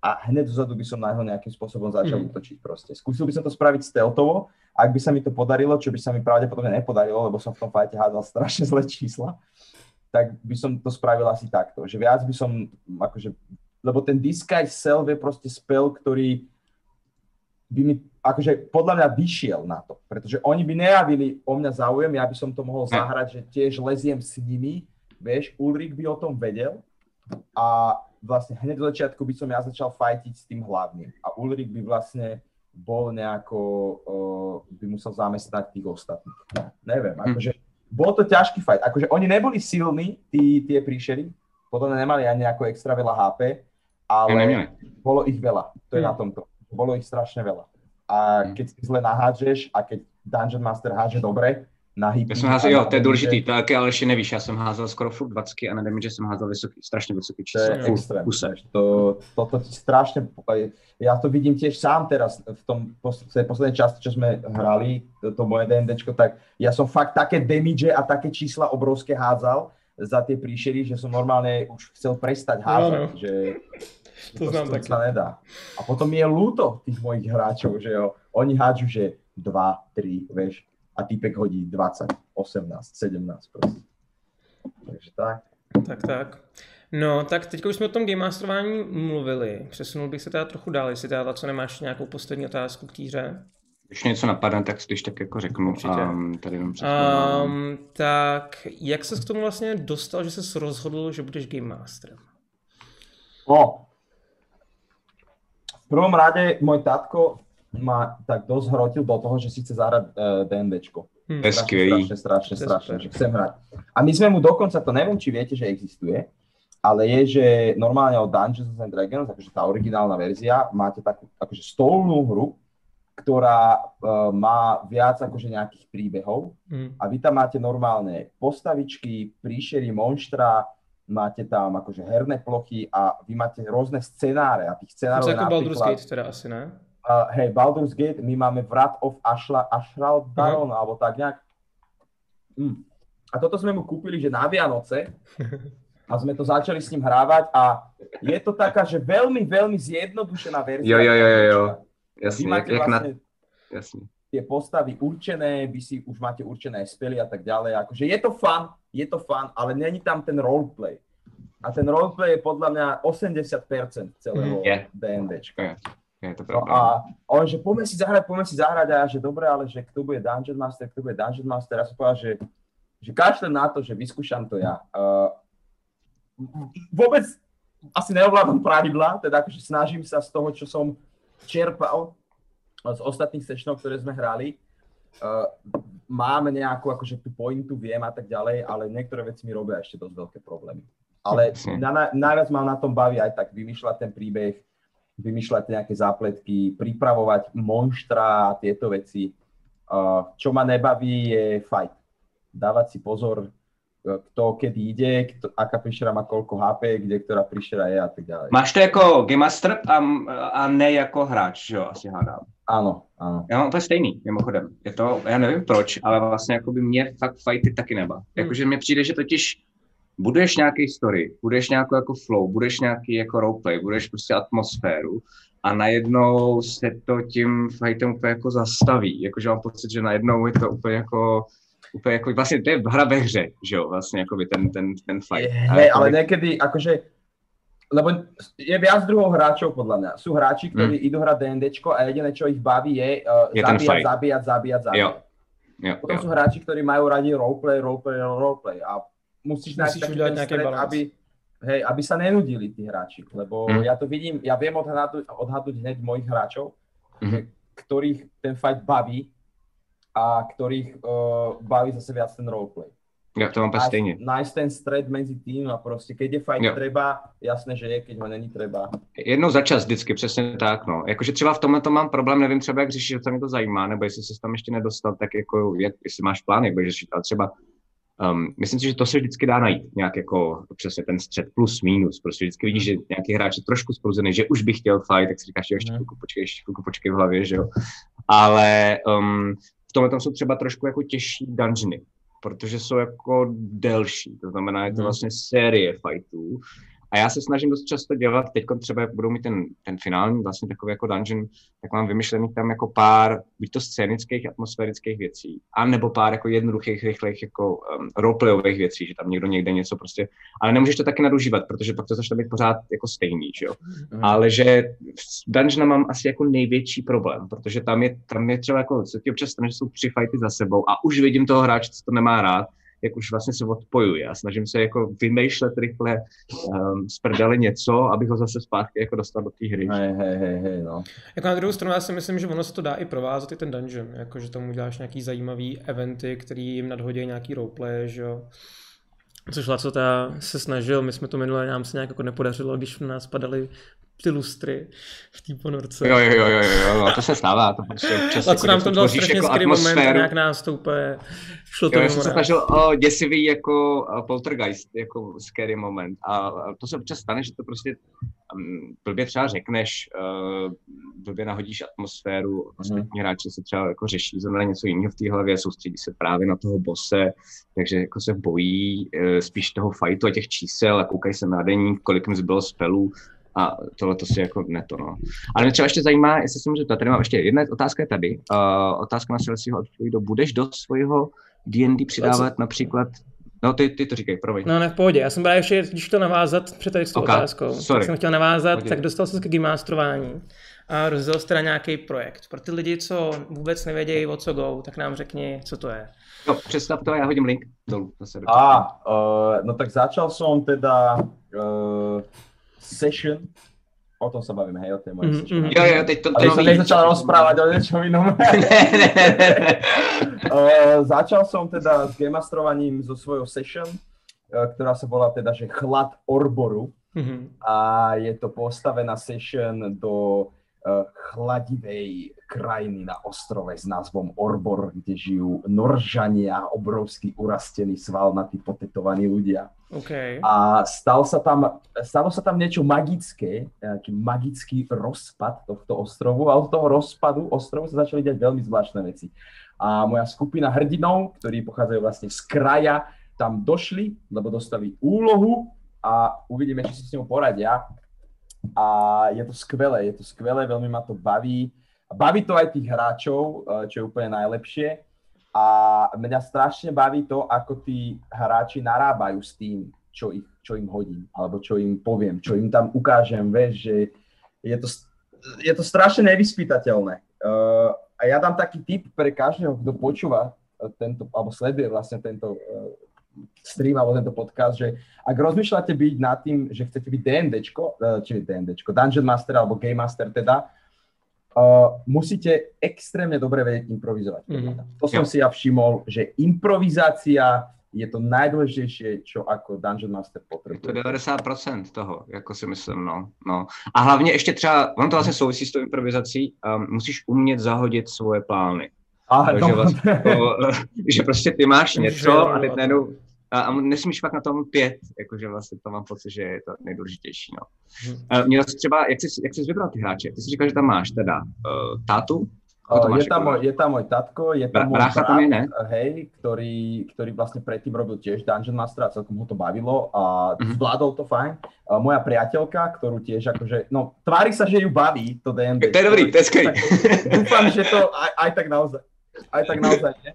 a hneď dozadu by som na neho nejakým spôsobom začal Mm. útočiť proste. Skúsil by som to spraviť stealthovo, ak by sa mi to podarilo, čo by sa mi pravdepodobne nepodarilo, lebo som v tom fajte hádal strašne zlé čísla, tak by som to spravil asi takto, že viac by som, akože, lebo ten Disguise Self je proste spell, ktorý by mi, akože podľa mňa vyšiel na to, pretože oni by nejavili o mňa záujem, ja by som to mohol zahrať, že tiež leziem s nimi, vieš, Ulrik by o tom vedel a vlastne hneď do začiatku by som ja začal fajtiť s tým hlavným a Ulrik by vlastne bol nejako, uh, by musel zamestnať tých ostatných. No, neviem, akože bol to ťažký fight, akože oni neboli silní, tí, tie príšery, potom nemali ani nejako extra veľa há pé, ale bolo ich veľa, to je na tomto, bolo ich strašne veľa. A keď si zle nahádžeš a keď Dungeon Master háže dobre, na hity. Já jsem házel, jo, to je důležitý, to taky ale ještě nevíš, já jsem házel skoro furt dvadsky a na damage jsem házel vysoký, strašně vysoký číslo. To je extrém, to, to, to strašne, ja to vidím tiež sám teraz v tom v tej poslednej časti, čo sme hrali, to, to moje dé en déčko, tak ja som fakt také damage a také čísla obrovské hádzal za tie príšery, že som normálne už chcel prestať házať, no, no. že to, to, to sa nedá. A potom mi je ľúto tých mojich hráčov, že jo, oni hádžu, že dva, tri, vieš, a týpek hodí dvadsať, osemnásť, sedemnásť prostě. Takže tak. Tak, tak. No, tak teď už jsme o tom game masterování mluvili. Přesunul bych se teda trochu dál, jestli teda, co nemáš nějakou poslední otázku k té hře. Když něco napadne, tak když tak jako řeknu. Um, tady jenom um, tak, jak ses k tomu vlastně dostal, že ses rozhodl, že budeš game masterem? No, v prvom rade môj tatko ma tak dosť hrotil do toho, že si chce zahrať uh, DNDčko. Hmm. Strašne, strašne, strašne, strašne, že chcem hrať. A my sme mu dokonca, to neviem, či viete, že existuje, ale je, že normálne od Dungeons and Dragons, akože tá originálna verzia, máte takú akože stolnú hru, ktorá uh, má viac akože nejakých príbehov hmm. a vy tam máte normálne postavičky, príšery, monštra, máte tam akože herné plochy a vy máte rôzne scenáre a tých scenárov je napríklad... Baldur's Gate teda asi, ne? Uh, hej, Baldur's Gate, my máme Wrath of Ashla, Ashral Baron, uh-huh. alebo tak nejak. Mm. A toto sme mu kúpili, že na Vianoce a sme to začali s ním hrávať a je to taká, že veľmi, veľmi zjednodušená verzia. Jo, jo, jo, jo, jo. Jasne, vy máte jak, jak vlastne na... Jasne. tie postavy určené, vy si už máte určené spely a tak ďalej. Akože je to fun, je to fun, ale není tam ten roleplay. A ten roleplay je podľa mňa osemdesiat percent celého yeah. DNDčka. Yeah. Je to no a on, že poďme si zahrať, poďme si zahrať a ja, že dobre, ale že kto bude Dungeon Master, kto bude Dungeon Master, ja som povedal, že, že kašlem na to, že vyskúšam to ja. Uh, vôbec asi neovládam pravidlá, teda akože snažím sa z toho, čo som čerpal z ostatných sečnov, ktoré sme hrali. Uh, máme nejakú akože tú pointu, viem a tak ďalej, ale niektoré veci mi robia ešte dosť veľké problémy. Ale na, na, najviac ma na tom baví aj tak vymýšľať ten príbeh, vymýšľať nejaké zápletky, pripravovať monštra a tieto veci. Uh, čo ma nebaví je fight. Dávať si pozor, kto kedy ide, kto, aká príšera má koľko há pé, kde ktorá príšera je a tak ďalej. Máš to jako Game Master a, a ne jako hráč, že jo, asi hádám. Ano, ano. Já mám to stejný, mimochodem. Je to, já nevím proč, ale vlastně jako by mě fakt fighty taky neba. Hmm. Jakože mně přijde, že totiž budeš nějaký story, budeš nějakou jako flow, budeš nějaký jako roleplay, budeš prostě atmosféru a najednou se to tím fightem úplně jako zastaví. Jakože mám pocit, že najednou je to úplně jako, úplně jako vlastně to je hra ve hře, že jo, vlastně jako by ten, ten, ten fight. Hej, ale niekedy akože, lebo je viac druhov hráčov podľa mňa. Sú hráči, ktorí mm. idú hrať DNDčko a jediné, čo ich baví je, uh, je zabíjať, zabíjať, zabíjať, zabíjať. Jo. Jo, Potom jo. sú hráči, ktorí majú radi roleplay, roleplay, roleplay a musíš nájsť taký ten stred, aby, hej, aby sa nenudili tí hráči, lebo mm. ja to vidím, ja viem odhadnúť, odhadnúť hneď mojich hráčov, mm. že, ktorých ten fight baví a ktorých uh, baví zase viac ten roleplay. Ja to mám pas stejne. Nájsť ten stred medzi tým a proste, keď je fight jo. treba, jasné, že je, keď ho není treba. Jednou za čas vždycky, přesně tak, no. Jakože třeba v tomhle to mám problém, nevím třeba, jak řešit, že to mě to zajímá, nebo jestli se tam ještě nedostal, tak jako, jak, jestli máš plán, jak budeš řešit, ale třeba Um, myslím si, že to se vždycky dá najít, nějak jako přesně ten střed plus, minus, prostě vždycky vidíš, že nějaký hráč je trošku spruzený, že už by chtěl fight, tak si říkáš, že ještě chvilku počkej, ještě chvilku počkej v hlavě, že jo. Ale um, v tomhle tam jsou třeba trošku jako těžší dungeony, protože jsou jako delší, to znamená, je to vlastně série fightů A já se snažím dost často dělat, teď třeba jak budou mít ten, ten finální, vlastně takový jako dungeon, tak mám vymyšlených tam jako pár, buď to scénických, atmosférických věcí, a nebo pár jako jednoduchých, rychlých jako um, roleplayových věcí, že tam někdo někde něco prostě, ale nemůžeš to taky nadužívat, protože pak to začne být pořád jako stejný, že jo. Mm. Ale že s dungeonem mám asi jako největší problém, protože tam je, tam je třeba jako, co ti občas stane, že jsou tři fighty za sebou a už vidím toho hráče, co to nemá rád, jak už vlastně se odpojuje a snažím se jako vymýšlet rychle um, z prdele něco, abych ho zase zpátky jako dostal do té hry. Hej, hej, hej, hej, no. Jako na druhou stranu já si myslím, že ono se to dá i provázat i ten dungeon, jako že tam uděláš nějaký zajímavý eventy, který jim nadhodí nějaký roleplay, že jo. Což Laco ta se snažil, my jsme to minule, nám se nějak jako nepodařilo, když na nás padaly ty lustry v té ponorce. Jo, jo, jo, jo, jo, to se stává. To prostě občas Laco nám tam dal strašně jako skvělý moment a nějak nás to úplně šlo to. Jo, já jsem se snažil o děsivý jako poltergeist, jako scary moment. A to se občas stane, že to prostě um, blbě třeba řekneš, uh, blbě nahodíš atmosféru, ostatní hráči se třeba jako řeší zrovna něco jiného v té hlavě, soustředí se právě na toho bose, takže jako se bojí uh, spíš toho fightu a těch čísel a koukají se na deník, kolik mi zbylo spelů. A tohle to si jako ne to, no. Ale mě třeba ještě zajímá, jestli se můžu, tady mám ještě jedna otázka je tady. Uh, otázka na Celsiho odpovídá, budeš do svého D and D přidávat například, no ty, ty to říkej, promiň. No ne, v pohodě, já jsem právě ještě, když to navázat před tady s tou okay. otázkou, Sorry. tak jsem chtěl navázat, Pohodě. Tak dostal jsem se k game masterování a rozdělil jste na nějaký projekt. Pro ty lidi, co vůbec nevědějí, o co go, tak nám řekni, co to je. No, představ to a já hodím link dolů. Á, uh, no tak začal som teda uh, session, o tom sa bavíme, hej, o tej mojej Mm-hmm. session. Jo, jo, teď to... Ale som nezačal rozprávať o niečom inom. uh, začal som teda s game masterovaním zo svojou session, uh, ktorá sa volá teda, že Chlad Orboru. Mm-hmm. A je to postavená session do uh, chladivej krajiny na ostrove s názvom Orbor, kde žijú Noržania, obrovský urastený, svalnatý, potetovaní ľudia. Okay. A stal sa tam, stalo sa tam niečo magické, nejaký magický rozpad tohto ostrovu a od toho rozpadu ostrovu sa začali diať veľmi zvláštne veci. A moja skupina hrdinov, ktorí pochádzajú vlastne z kraja, tam došli, lebo dostali úlohu a uvidíme, či si s ňou poradia. A je to skvelé, je to skvelé, veľmi ma to baví. Baví to aj tých hráčov, čo je úplne najlepšie. A mňa strašne baví to, ako tí hráči narábajú s tým, čo, ich, čo im hodím, alebo čo im poviem, čo im tam ukážem, vieš, že je to, je to strašne nevyspytateľné. Uh, a ja dám taký tip pre každého, kto počúva tento, alebo sleduje vlastne tento uh, stream alebo tento podcast, že ak rozmýšľate byť nad tým, že chcete byť DNDčko, uh, či DNDčko, Dungeon Master alebo Game Master teda, Uh, musíte extrémne dobre vedieť improvizovať. Mm-hmm. To som jo. si ja všimol, že improvizácia je to najdôležitejšie, čo ako Dungeon Master potrebuje. Je to devadesát procent toho, jako si myslím, no. no. A hlavně ještě třeba, on to vlastně souvisí s tou improvizací, um, musíš umět zahodit svoje plány. Ah, Takže no. vlastně to, že prostě ty máš něco a teď najednou a, a nesmíš pak na tom pět, jakože vlastně to mám pocit, že je to nejdůležitější, no. Hmm. Měl jsi třeba, jak jsi, jak jsi vybral ty hráče? Ty jsi říkal, že tam máš teda uh, tátu? Uh, je, tam môj, je tam môj tatko, je tam môj brat, tam je, ne? hej, ktorý, ktorý vlastne predtým robil tiež Dungeon Master a celkom ho to bavilo a mm-hmm. zvládol to fajn. Uh, moja priateľka, ktorú tiež akože, no tvári sa, že ju baví to D and D. To je dobrý, to je skvělý. Dúfam, že to aj, aj tak naozaj, aj tak naozaj, ne?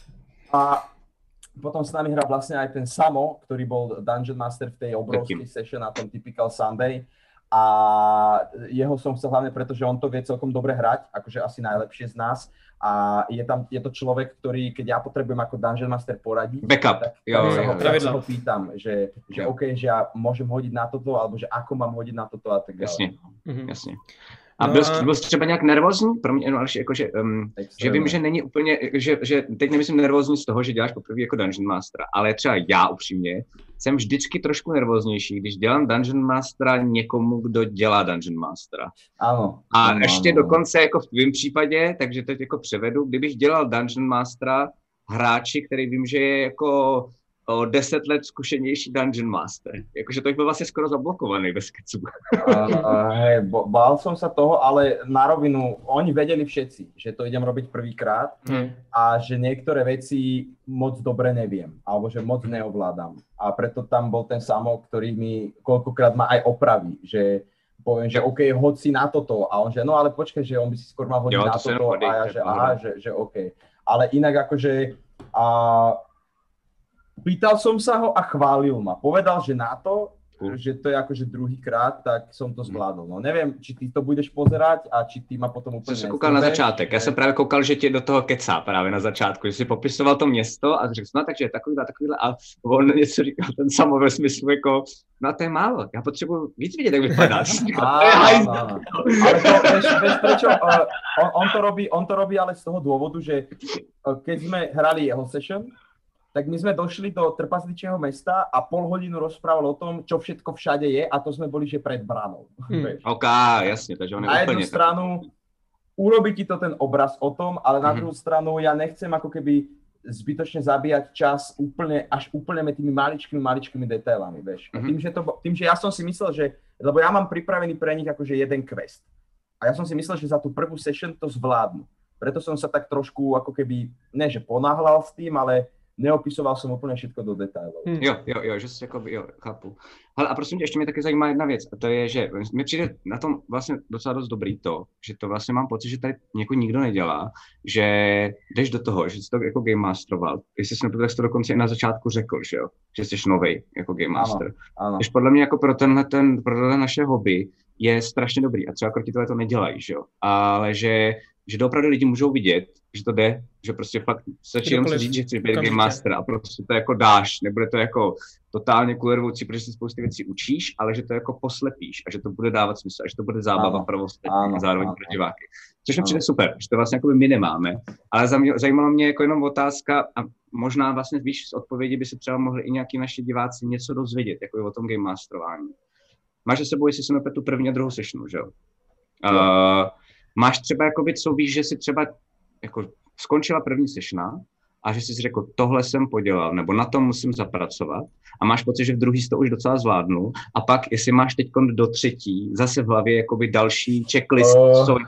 A potom s nami hral vlastne aj ten Samo, ktorý bol Dungeon Master v tej obrovskej session na tom Typical Sunday. A jeho som chcel hlavne preto, že on to vie celkom dobre hrať, akože asi najlepšie z nás. A je tam, je to človek, ktorý, keď ja potrebujem ako Dungeon Master poradiť, backup. tak, jo, tak sa ho, jo, ja sa ho pýtam, že, že OK, že ja môžem hodiť na toto, alebo že ako mám hodiť na toto a tak ďalej. Jasně, mm-hmm. jasně. A byl, byl jsi třeba nějak nervózní? Pro mě, no, ale jakože, um, že vím, že není úplně, že, že teď nemyslím nervózní z toho, že děláš poprvé jako Dungeon Mastera, ale třeba já upřímně jsem vždycky trošku nervóznější, když dělám Dungeon Mastera někomu, kdo dělá Dungeon Mastera. Ano. A ano, ještě ano. dokonce jako v tvém případě, takže teď jako převedu, kdybych dělal Dungeon Mastera hráči, který vím, že je jako o deset let zkušenější Dungeon Master. Jakože to bych byl vlastně skoro zablokovaný bez kecu. Uh, uh, hej, bál som sa toho, ale na rovinu, oni vedeli všetci, že to idem robiť prvýkrát Hmm. a že niektoré veci moc dobre neviem, alebo že moc neovládam. A preto tam bol ten Samo, ktorý mi koľkokrát ma aj opraví, že poviem, že OK, hoď si na toto. A on že, no ale počkaj, že on by si skôr mal hodiť Jo, na to toto. hodí, A ja, že aha, že, že OK. Ale inak akože... A... Pýtal som sa ho a chválil ma. Povedal, že na to, uh. že to je akože druhýkrát, tak som to zvládol. No neviem, či ty to budeš pozerať a či ty ma potom úplně... Jsem se koukal na začátek. Já jsem právě koukal, že tě do toho kecá právě na začátku, že si popisoval to město a řekl, no takže takovýhle, takovýhle a on něco říkal ten Samo ve smyslu jako, no to je málo, já potřebuji víc vidět, jak vypadáš. Ale to, vieš, vieš prečo, uh, on, on, to robí, on to robí ale z toho dôvodu, že uh, keď sme hrali jeho session, tak my sme došli do trpazličieho mesta a pol hodinu rozprával o tom, čo všetko všade je a to sme boli, že pred branou. Hmm. OK, jasně, takže on je na úplně... jednu tak... stranu urobí ti to ten obraz o tom, ale na mm-hmm. druhú stranu ja nechcem ako keby zbytočne zabíjať čas úplne, až úplne tými maličkými, maličkými detailami, vieš. Mm-hmm. Tým, že to, tým, že ja som si myslel, že, lebo ja mám pripravený pre nich akože jeden quest. A ja som si myslel, že za tú prvú session to zvládnu. Preto som sa tak trošku ako keby, ne že ponáhľal s tým, ale neopisoval jsem úplně všetko do detailů. Hmm. Jo, jo, jo, že si jako, jo, chápu. Hele, a prosím tě, ještě mě taky zajímá jedna věc, a to je, že mi přijde na tom vlastně docela dost dobrý to, že to vlastně mám pocit, že tady jako nikdo nedělá, že jdeš do toho, že jsi to jako Game Masteroval. Jestli jsi to, tak jsi to dokonce i na začátku řekl, že jo, že jsi novej jako Game Master. Ano, ano. Takže podle mě jako pro tenhle, ten, pro tenhle naše hobby je strašně dobrý a třeba krotitelé to nedělají, že jo, ale že že opravdu lidi můžou vidět, že to jde, že prostě fakt stačí jenom si říct, že chci být Game Master a prostě to jako dáš, nebude to jako totálně kulervoucí, protože si spousty věcí učíš, ale že to jako poslepíš a že to bude dávat smysl a že to bude zábava pro ostatní a zároveň pro diváky. Což mi přijde super, že to vlastně jako my nemáme, ale zajímalo mě jako jenom otázka a možná vlastně víš z odpovědi by se třeba mohli i nějaký naši diváci něco dozvědět, jako o tom Game Masterování. Máš za sebou, jestli jsem opět tu první a druhou sessionu, že jo? Uh, Máš třeba, jakoby, co víš, že si třeba jako, skončila první sessiona a že jsi řekl, tohle jsem podělal, nebo na tom musím zapracovat a máš pocit, že v druhý to už docela zvládnu a pak, jestli máš teď do třetí, zase v hlavě jakoby další checklist, uh, co...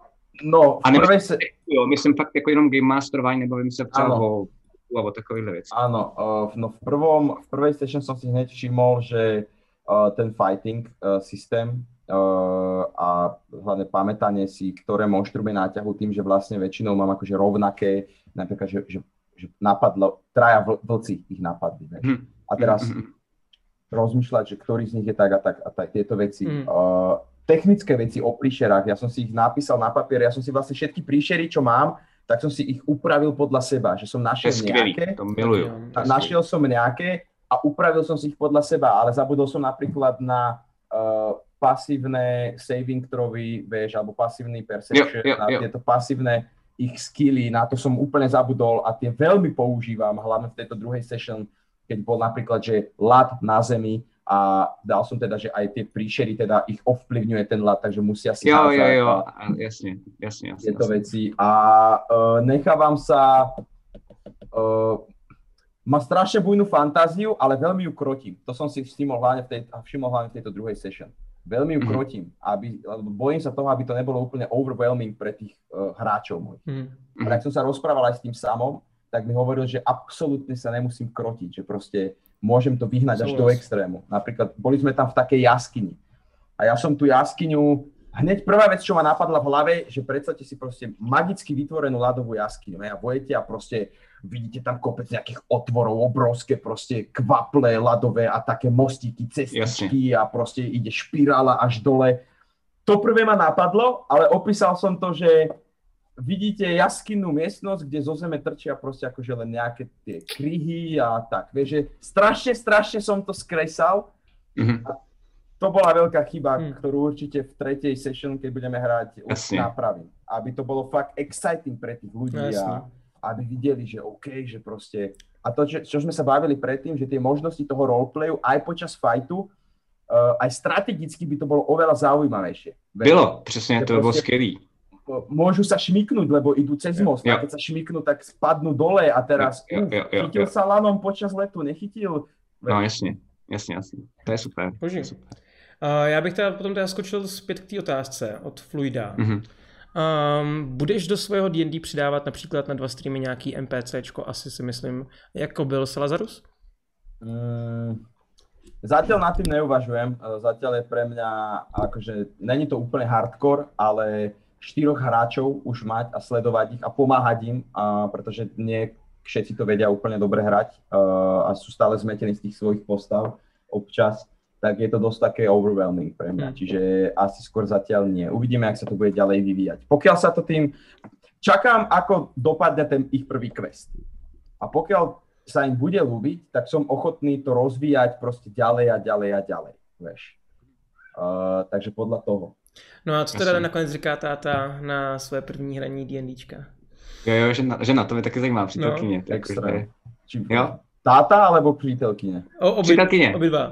No, a nemyslím, se... jo, myslím fakt jako jenom game masterování, nebo vím se třeba o, o takovýhle věci. Áno, uh, no v prvom, v prvej session som si hneď všimol, že uh, ten fighting uh, systém Uh, a hlavne pamätanie si, ktoré monštrumy náťahu tým, že vlastne väčšinou mám akože rovnaké, napríklad, že, že, že napadlo, traja vl- vlci ich napadli. Hmm. A teraz hmm. rozmýšľať, že ktorý z nich je tak a tak a tak, tieto veci. Hmm. Uh, technické veci o príšerách, ja som si ich napísal na papier, ja som si vlastne všetky príšery, čo mám, tak som si ich upravil podľa seba, že som našiel to nejaké. To milujú. To našiel som nejaké a upravil som si ich podľa seba, ale zabudol som napríklad na uh, pasívne saving throwy, vieš, alebo pasívny perception, jo, jo, jo. Na tieto pasívne ich skilly, na to som úplne zabudol a tie veľmi používam, hlavne v tejto druhej session, keď bol napríklad, že ľad na zemi a dal som teda, že aj tie príšery, teda ich ovplyvňuje ten ľad, takže musia si jo, jo, jo, a jasne, jasne, jasne. Tieto jasne. Veci a uh, nechávam sa... Uh, má strašne bujnú fantáziu, ale veľmi ju krotím. To som si všimol hlavne v, tej, všimol hlavne v tejto druhej session. Veľmi ju krotím, aby, lebo bojím sa toho, aby to nebolo úplne overwhelming pre tých uh, hráčov mojich. Mm. A tak som sa rozprával aj s tým Samom, tak mi hovoril, že absolútne sa nemusím krotiť, že proste môžem to vyhnať až do extrému. Napríklad boli sme tam v takej jaskyni a ja som tú jaskyňu, hneď prvá vec, čo ma napadla v hlave, že predstavte si proste magicky vytvorenú ľadovú jaskyňu a vojete a proste vidíte tam kopec nejakých otvorov, obrovské proste kvaple ľadové a také mostíky, cestičky a proste ide špirála až dole. To prvé ma napadlo, ale opísal som to, že vidíte jaskynnú miestnosť, kde zo zeme trčia proste akože len nejaké tie kryhy a tak. Vieš, že strašne, strašne som to skresal. Mm-hmm. A to bola veľká chyba, mm. ktorú určite v tretej session, keď budeme hrať, už napravím. Aby to bolo fakt exciting pre tých ľudí a aby videli, že OK, že proste... A to, čo, čo sme sa bavili predtým, že tie možnosti toho roleplayu aj počas fightu, uh, aj strategicky by to bolo oveľa zaujímavejšie. Bylo, přesně, to by bylo skvělý. môžu sa šmiknúť, lebo idú cez most. Jo. A keď sa šmiknú, tak spadnú dole a teraz Jo, jo, jo, chytil jo. sa lanom počas letu, nechytil. No jasně, jasně, jasně. To je super. To je super. Uh, já bych teda potom teda skočil zpět k té otázce od Fluida. Mm-hmm. Um, budeš do svého D and D přidávat například na dva streamy nějaký NPCčko, asi si myslím, jako byl Salazarus? Mm, zatiaľ nad tým neuvažujem. Zatiaľ je pre mňa, akože, není to úplne hardcore, ale štyroch hráčov už mať a sledovať ich a pomáhať im, a, pretože nie všetci to vedia úplne dobre hrať a, a sú stále zmetení z tých svojich postav občas, tak je to dosť také overwhelming pre mňa. Čiže asi skôr zatiaľ nie. Uvidíme, jak sa to bude ďalej vyvíjať. Pokiaľ sa to tým... Čakám, ako dopadne ten ich prvý quest. A pokiaľ sa im bude ľúbiť, tak som ochotný to rozvíjať proste ďalej a ďalej a ďalej. Vieš. Uh, takže podľa toho. No a co teda nakonec říká táta na své první hraní D&Dčka? Jo, jo, že na, že na to mě taky zajímá přítelkyně. No, extra. Že... Či... Jo? Táta alebo přítelkyně? O, obi, přítelkyně. Obidva.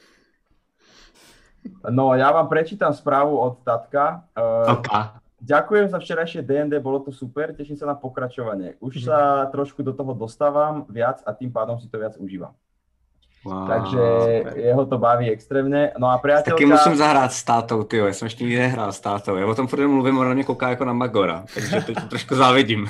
No, ja vám prečítam správu od tatka. Uh, okay. Ďakujem za včerajšie D and D, bolo to super, teším sa na pokračovanie. Už sa trošku do toho dostávam viac a tým pádom si to viac užívam. Wow, takže super. Jeho to baví extrémně. No a priateľka... Taky musím zahrát s tátou, tyjo, já jsem ještě nikdy nehrál s tátou. Já o tom furt mluvím, ona na mě kouká jako na Magora, takže teď to trošku závidím.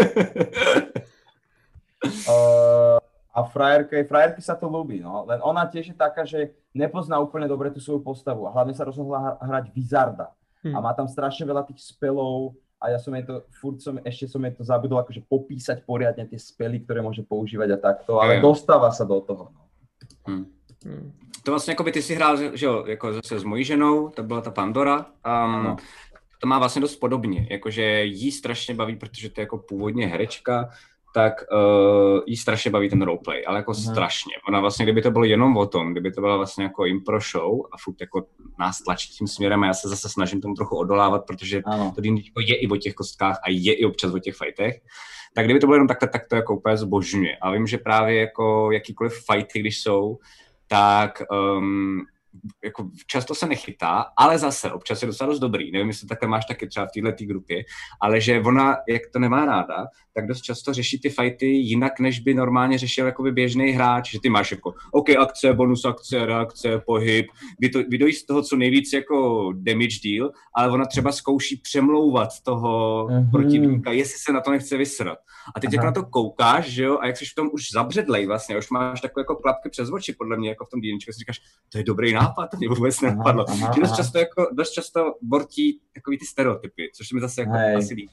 uh, a frajerke, frajerky sa to ľúbi, no. Len ona tiež je taká, že nepozná úplne dobre tú svoju postavu a hlavne sa rozhodla hrať Wizarda. Hmm. A má tam strašne veľa tých spelov a ja som jej to, furt som, ešte som jej to zabudol akože popísať poriadne tie spely, ktoré môže používať a takto, ale dostáva sa do toho, no. Hmm. Hmm. To vlastně jako by ty si hrál, že jo, jako zase s mojí ženou, to byla ta Pandora. Um, to má vlastně dost podobně, jakože jí strašně baví, protože to je jako původně herečka, tak uh, jí strašně baví ten roleplay, ale jako hmm. strašně. Ona vlastně, kdyby to bylo jenom o tom, kdyby to byla vlastně jako impro show a furt jako nás tlačí tím směrem a já se zase snažím tomu trochu odolávat, protože ano. to dýmdičko je i o těch kostkách a je i občas o těch fightech, tak kdyby to bylo jenom takhle, tak to jako úplně zbožňuje. A vím, že právě jako jakýkoliv fighty, když jsou, tak um, jako často se nechytá, ale zase občas je docela dost dobrý. Nevím, jestli takhle máš taky třeba v této grupě, ale že ona, jak to nemá ráda, tak dost často řeší ty fighty jinak, než by normálně řešil jakoby běžný hráč, že ty máš jako OK, akce, bonus akce, reakce, pohyb, vy, to, vy dojí z toho co nejvíc jako damage deal, ale ona třeba zkouší přemlouvat toho mm-hmm. protivníka, jestli se na to nechce vysrat. A teď jak na to koukáš, že jo, a jak jsi v tom už zabředlej vlastně, už máš takové jako klapky přes oči, podle mě, jako v tom dýničku, si říkáš, to je dobrý nápad, to mě vůbec nenapadlo. Že dost často, jako, dost často bortí takový ty stereotypy, což mi zase jako Hej. asi líbí.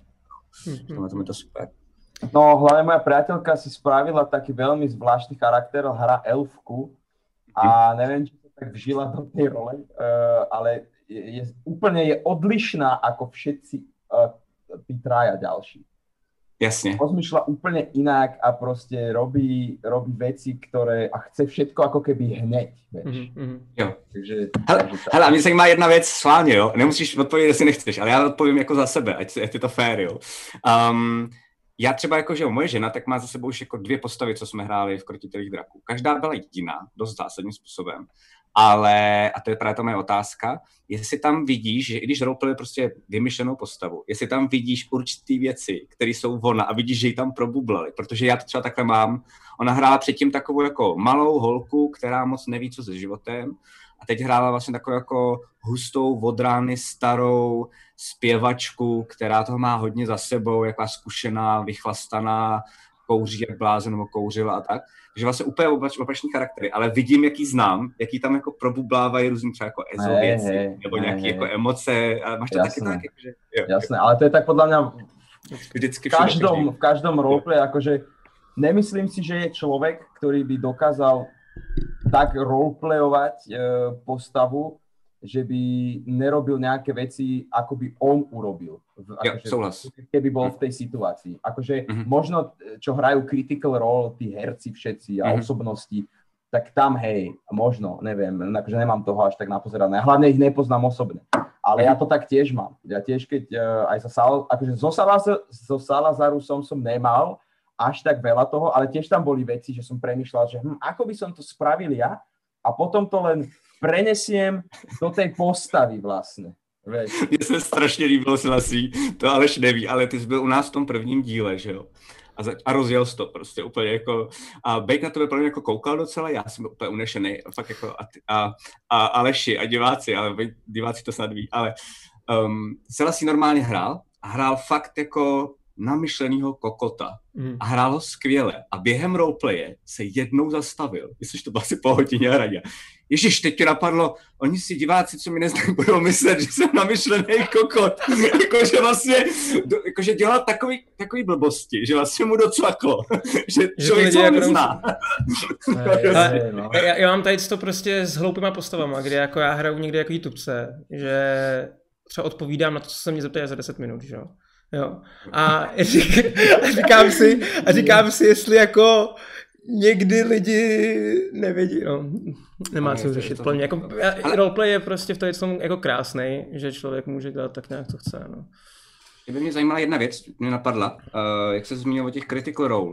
No, to je to super. No, hlavne moja priateľka si spravila taký veľmi zvláštny charakter, hra elfku a neviem, či sa tak vžila do tej role, uh, ale je, je, úplne je odlišná ako všetci uh, tí traja ďalší. Jasne. Rozmýšľa úplne inak a proste robí, robí veci, ktoré a chce všetko ako keby hneď, vieš. Mm-hmm. Jo. Takže, hele, takže hele, a mě zajímá jedna věc schválně, jo. Nemusíš odpovědět, jestli nechceš, ale já odpovím jako za sebe, ať, ať je to fair, jo. Um, já třeba jako, že jo, moje žena tak má za sebou už jako dvě postavy, co jsme hráli v Krotitelích draků. Každá byla jiná, dost zásadním způsobem. Ale, a to je právě ta moje otázka, jestli tam vidíš, že i když roleplay prostě vymyšlenou postavu, jestli tam vidíš určitý věci, které jsou ona a vidíš, že ji tam probublali, protože já to třeba takhle mám, ona hrála předtím takovou jako malou holku, která moc neví, co se životem a teď hrála vlastně takovou jako hustou, od rány starou zpěvačku, která toho má hodně za sebou, jaká zkušená, vychlastaná, kouří jak blázen, nebo kouřila a tak. Takže vlastně úplně opač, opačný charaktery, ale vidím, jaký znám, jaký tam jako probublávají různý třeba jako ezo hey, věci, hey, nebo nějaké hey, jako emoce. A máš to jasné. Taky tak? Jakože, jo, jasné, ale to je tak podľa mňa vždycky v každom, v každom roleplay, akože nemyslím si, že je človek, ktorý by dokázal tak roleplayovať e, postavu, že by nerobil nejaké veci, ako by on urobil. Akože, ja, keby bol v tej situácii. Akože mm-hmm. možno, čo hrajú critical role, tí herci všetci a mm-hmm. osobnosti, tak tam, hej, možno, neviem, akože nemám toho až tak napozerané. Hlavne ich nepoznám osobne. Ale mm-hmm. ja to tak tiež mám. Ja tiež, keď uh, aj sa Sal, akože zo, Salaz- zo Salazarusom som nemal až tak veľa toho, ale tiež tam boli veci, že som premýšľal, že hm, ako by som to spravil ja a potom to len prenesiem do tej postavy vlastne. Mně se strašně líbilo Selassie, to Aleš neví, ale ty jsi byl u nás v tom prvním díle, že jo? A, za, a rozjel jsi to prostě úplně jako, a Bejk na tebe jako koukal docela, já jsem byl úplně unešený, a fakt jako, a, a, a Aleši a diváci, ale diváci to snad ví, ale um, Selassie normálně hrál a hrál fakt jako namyšlenýho kokota. Mm. A hrál ho skvěle. A během roleplaye se jednou zastavil. Myslím, že to bylo asi po hodině a radě. Ježiš, teď ti napadlo, oni si diváci, co mi neznají, budou myslet, že jsem namyšlený kokot. Jakože vlastně, jakože dělal takový, takový blbosti, že vlastně mu docvaklo. Že člověk co ho nezná. Já, já mám tady to prostě s hloupýma postavama, kdy jako já hraju někde jako YouTubce, že třeba odpovídám na to, co se mě zeptají za deset minut, že jo. Jo. A říkám si, a říkám si, jestli jako někdy lidi nevědí, no, nemá co řešit. To... Jako, ale... Roleplay je prostě v tom jako krásnej, že člověk může dělat tak nějak, co chce. No. Mě by mě zajímala jedna věc, mě napadla, uh, jak se zmínil o těch Critical Role.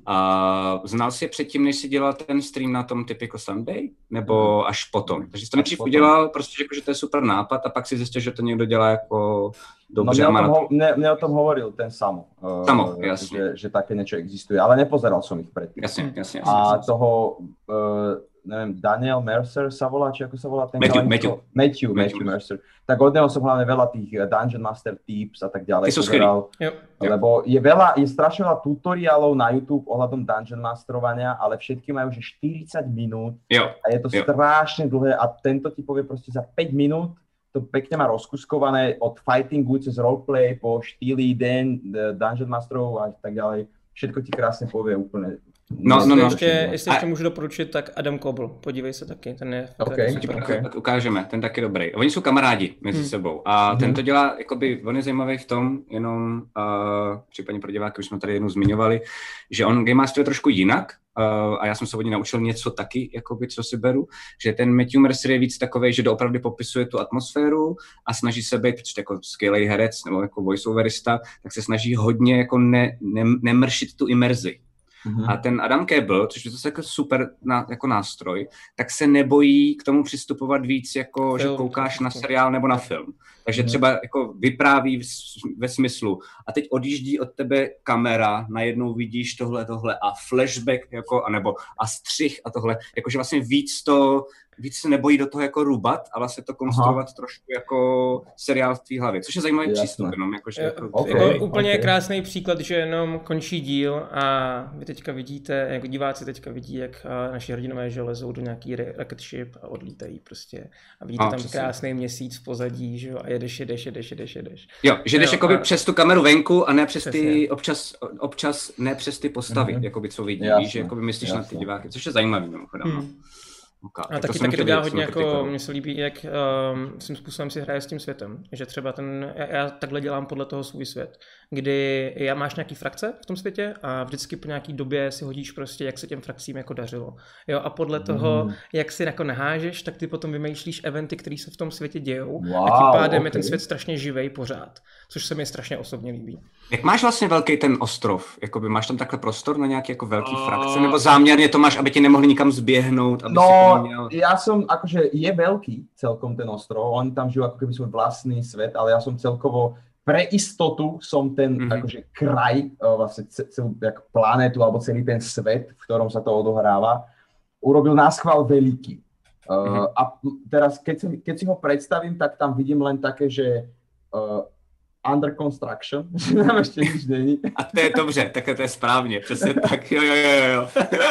Uh, znal jsi je předtím, než jsi dělal ten stream na tom Typical Sunday? Nebo až potom? Takže jsi to nejdřív udělal, prostě jako, že to je super nápad a pak si zjistil, že to někdo dělá jako dobře. No, mne, o tom, ho, mne, mne o tom hovoril ten Samo. Uh, Samo, jasně. Že, že také niečo existuje, ale nepozeral som ich predtým. Jasně, jasně. A jasně, toho... Uh, neviem, Daniel Mercer sa volá, či ako sa volá ten Matthew, Matthew, Matthew. Matthew, Matthew Mercer. Tak od neho som hlavne veľa tých Dungeon Master tips a tak ďalej pozeral, lebo je veľa, je strašne veľa tutoriálov na YouTube ohľadom Dungeon Masterovania, ale všetky majú že štyridsať minút jo. A je to jo. strašne dlhé a tento ti povie proste za päť minút, to pekne má rozkuskované od fightingu cez roleplay po štýly den, Dungeon Masterov a tak ďalej. Všetko ti krásne povie úplne. No, no, no. Ještě, jestli ještě můžu doporučit, tak Adam Koble, podívej se taky, ten je okay, super. Okay. Tak ukážeme, ten taky dobrý. Oni jsou kamarádi mezi hmm. sebou a hmm. ten to dělá, jakoby, on je zajímavý v tom, jenom uh, případně pro diváky, už jsme tady jednou zmiňovali, že on game masteruje trošku jinak uh, a já jsem se od něj naučil něco taky, jakoby, co si beru, že ten Matthew Mercer je víc takovej, že doopravdy popisuje tu atmosféru a snaží se být, protože jako skvělý herec nebo jako voiceoverista, tak se snaží hodně jako ne, ne, nemršit tu imerzi. Mm-hmm. A ten Adam Cable, což je to jako super na, jako nástroj, tak se nebojí k tomu přistupovat víc, jako film, že koukáš na seriál nebo na film. Takže mm-hmm. třeba jako vypráví v, ve smyslu a teď odjíždí od tebe kamera, najednou vidíš tohle, tohle a flashback, jako, anebo a střih a tohle, jakože vlastně víc to, víc se nebojí do toho jako rubat a vlastně to konstruovat Aha. trošku jako seriál v tvý hlavě, což je zajímavý Jasne. přístup. Jenom, jakože, jako, okay, jako úplně okay. krásný příklad, že jenom končí díl a vy teďka vidíte, jako diváci teďka vidí, jak naši hrdinové že lezou do nějaký rocket ship a odlítají prostě a vidíte a, tam přesně. krásný měsíc v pozadí, že jo, a jedeš, jedeš, jedeš, jedeš, jedeš. Jo, že jdeš jakoby a... přes tu kameru venku a ne přes Přesně. ty, občas, občas ne přes ty postavy, mm-hmm. jakoby co vidí, Jasne. že jakoby myslíš Jasne. na ty diváky, což je zajímavý mimochodem. Hmm. Okay. A taky, taky to dělá hodně jako, mně se líbí, jak um, svým způsobem si hraje s tím světem, že třeba ten, já, já takhle dělám podle toho svůj svět, kdy já máš nějaký frakce v tom světě a vždycky po nějaký době si hodíš prostě, jak se těm frakcím jako dařilo. Jo, a podle toho, mm. jak si jako nahážeš, tak ty potom vymýšlíš eventy, které se v tom světě dějou wow, a tím pádem okay. je ten svět strašně živej pořád, což se mi strašně osobně líbí. Jak máš vlastně velký ten ostrov? Jakoby máš tam takhle prostor na nějaký jako velký uh... frakce, nebo záměrně to máš, aby ti nemohli nikam zběhnout, aby no, si měl... ja som, akože je veľký celkom ten ostrov, oni tam žijú ako keby svoj vlastný svet, ale ja som celkovo pre istotu som ten mm-hmm. akože kraj, vlastne celú jak planétu alebo celý ten svet, v ktorom sa to odohráva, urobil náschvál veľký. Mm-hmm. Uh, a teraz, keď si, keď si ho predstavím, tak tam vidím len také, že uh, under construction, že tam ešte nič není. A to je dobře, tak to je správně, přesně tak, jo, jo, jo, jo.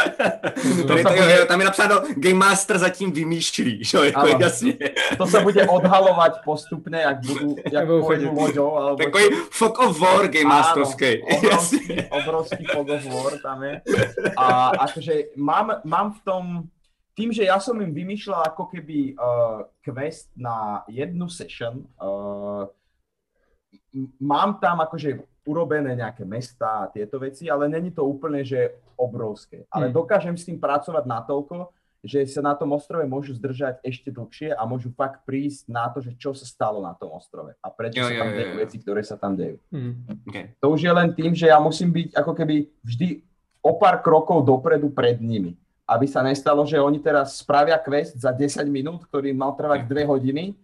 Tady to, jo, jo, tam je napsáno Game Master zatím vymýšlí, jo, jako jasně. To se bude odhalovat postupně, jak budu, jak půjdu loďou. Alebo takový Fog of War Game Masterovský. Obrovský, obrovský Fog of War tam je. A akože mám, mám v tom, tým, že ja som im vymýšľal ako keby uh, quest na jednu session, uh, mám tam akože urobené nejaké mestá a tieto veci, ale není to úplne, že obrovské. Ale hmm. dokážem s tým pracovať natoľko, že sa na tom ostrove môžu zdržať ešte dlhšie a môžu fakt prísť na to, že čo sa stalo na tom ostrove a prečo jo, sa tam jo, dejú jo. veci, ktoré sa tam dejú. Hmm. Okay. To už je len tým, že ja musím byť ako keby vždy o pár krokov dopredu pred nimi. Aby sa nestalo, že oni teraz spravia quest za desať minút, ktorý mal trvať dve hodiny,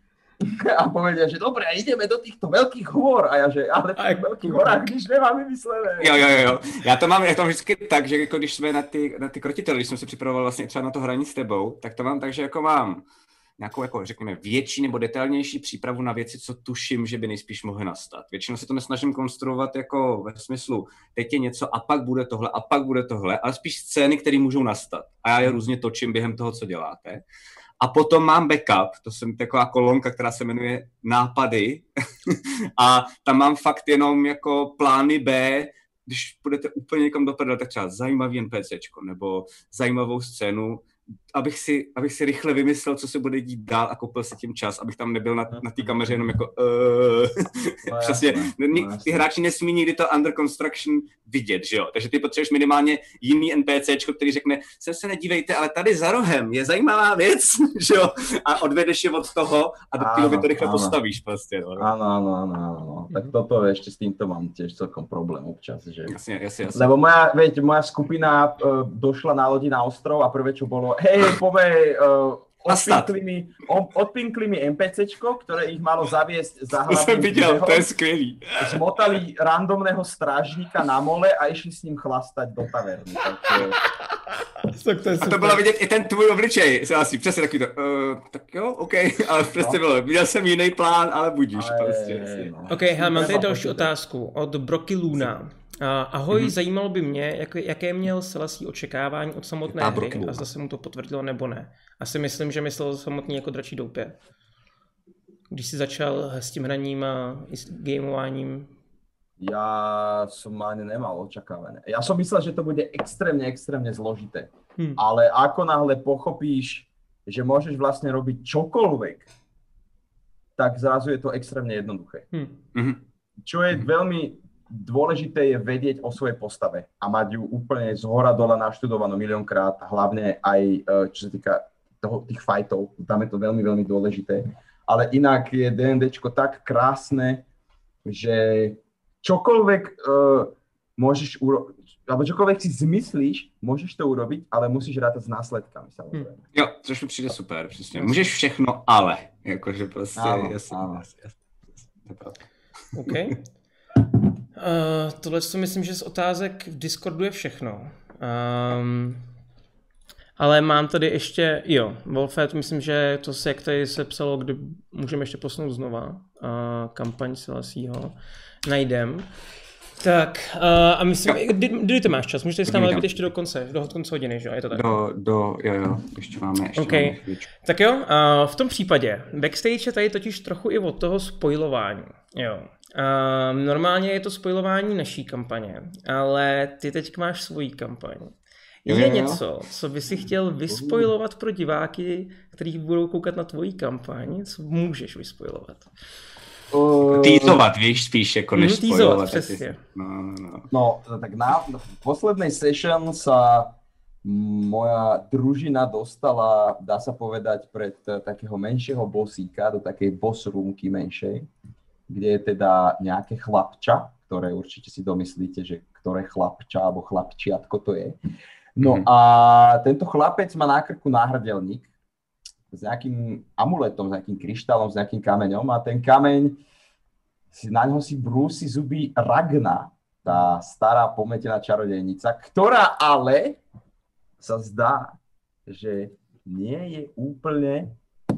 a povedia, že dobre, ideme do týchto veľkých hôr. A ja, že ale v tých veľkých horách nič nemám vymyslené. Jo, jo, jo. Já to mám, já to mám vždycky tak, že jako když jsme na ty, na ty krotitele, když jsem se připravoval vlastně třeba na to hraní s tebou, tak to mám tak, že jako mám nějakou, jako řekněme, větší nebo detailnější přípravu na věci, co tuším, že by nejspíš mohly nastat. Většinou se to nesnažím konstruovat jako ve smyslu, teď je něco a pak bude tohle a pak bude tohle, ale spíš scény, které můžou nastat. A já je různě točím během toho, co děláte. A potom mám backup, to jsem taková kolonka, která se jmenuje nápady a tam mám fakt jenom jako plány B, když půjdete úplně někam do prdele, tak třeba zajímavý NPCčko nebo zajímavou scénu, abych si, abych si rychle vymyslel, co se bude dít dál a koupil si tím čas, abych tam nebyl na, na té kameře jenom jako uh, no, přesně, no, ty hráči nesmí nikdy to under construction vidět, že jo, takže ty potřebuješ minimálně jiný NPCčko, který řekne, sem se nedívejte, ale tady za rohem je zajímavá věc, že jo, a odvedeš je od toho a do té doby to rychle áno. postavíš prostě, no. Áno, áno, áno, áno, tak toto ešte s týmto mám tiež celkom problém občas, že... Jasne, jasne, jasne. Lebo moja, veď, moja skupina uh, došla na lodi na ostrov a prvé, čo bolo, hej, povej, uh, odpinkli mi, odpinkli mi NPCčko, ktoré ich malo zaviesť za hlavným. To som videl, to je skvělý. Zmotali randomného strážníka na mole a išli s ním chlastať do taverny. Takže... Tak to je a to bylo vidět i ten tvůj obličej, se asi přesně takový to, uh, tak jo, OK, ale prostě no. bylo, viděl jsem jiný plán, ale budíš ale, prostě. No. OK, hele, mám tady další otázku od Broky Luna. Ahoj, mm-hmm. zajímalo by mě, jak, jaké měl Selassie očekávání od samotné hry a zda se mu to potvrdilo nebo ne. Asi myslím, že myslel samotný jako Dračí doupě. Když jsi začal s tím hraním a s gamováním. Ja som ani nemal očakávané. Ja som myslel, že to bude extrémne, extrémne zložité. Hmm. Ale ako náhle pochopíš, že môžeš vlastne robiť čokoľvek, tak zrazu je to extrémne jednoduché. Hmm. Čo je hmm. veľmi dôležité, je vedieť o svojej postave a mať ju úplne z hora dole naštudovanú miliónkrát, hlavne aj čo sa týka toho, tých fightov. Tam je to veľmi, veľmi dôležité. Ale inak je dé en déčko tak krásne, že čokoľvek uh, môžeš urobiť, alebo čokoľvek si zmyslíš, môžeš to urobiť, ale musíš rátať s následkami, samozrejme. Jo, což mi přijde super, přesně. Můžeš všechno, ale, jakože prostě, áno, jasný, áno. jasný, jasný, jasný. OK. Uh, tohle si myslím, že z otázek v Discordu je všechno. Um, ale mám tady ještě, jo, Wolfet, myslím, že to se, jak tady se psalo, kdy můžeme ještě posunout znova, uh, kampaň Selassieho. Najdem. Tak uh, a myslím, kdy, kdy ty máš čas? Můžete s námi být ještě do konce, do konce hodiny, že jo? Je to tak? Do, do, jo, jo, ještě máme, ještě okay. máme chvíličku. Tak jo, uh, v tom případě, backstage je tady totiž trochu i od toho spoilování, jo. Uh, normálně je to spoilování naší kampaně, ale ty teď máš svoji kampaň. Je jo, jo. něco, co by si chtěl vyspoilovat pro diváky, kteří budou koukat na tvoji kampaň, co můžeš vyspoilovat? Uh, Týzovat, víš, spíš jako než mm, spojovat. Přesně. No, no. no, tak na v poslednej session sa moja družina dostala, dá sa povedať, pred takého menšieho bossíka, do takej boss roomky menšej, kde je teda nejaké chlapča, ktoré určite si domyslíte, že ktoré chlapča alebo chlapčiatko to je. No mm-hmm. a tento chlapec má na krku náhrdelník s nejakým amuletom, s nejakým kryštálom, s nejakým kameňom a ten kameň, na ňo si brúsi zuby Ragna, tá stará pometená čarodejnica, ktorá ale sa zdá, že nie je úplne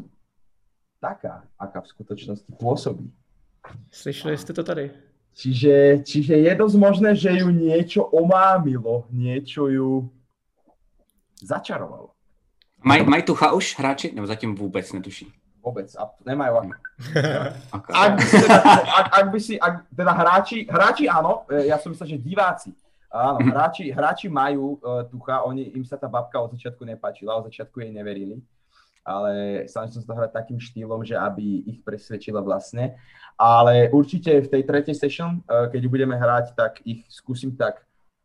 taká, aká v skutočnosti pôsobí. Slyšeli ste to tady? Čiže, čiže je dosť možné, že ju niečo omámilo, niečo ju začarovalo. Maj, mají tucha už hráči? Nebo zatím vůbec netuší? Vůbec, a nemajú ako. Okay. Ak by si, teda, ak, ak by si ak, teda hráči, hráči áno, ja som myslel, že diváci. Áno, hráči, hráči majú uh, tucha, oni, im sa tá babka od začiatku nepáčila, od začiatku jej neverili. Ale snažil som sa to hrať takým štýlom, že aby ich presvedčila vlastne. Ale určite v tej tretej session, uh, keď budeme hrať, tak ich skúsim tak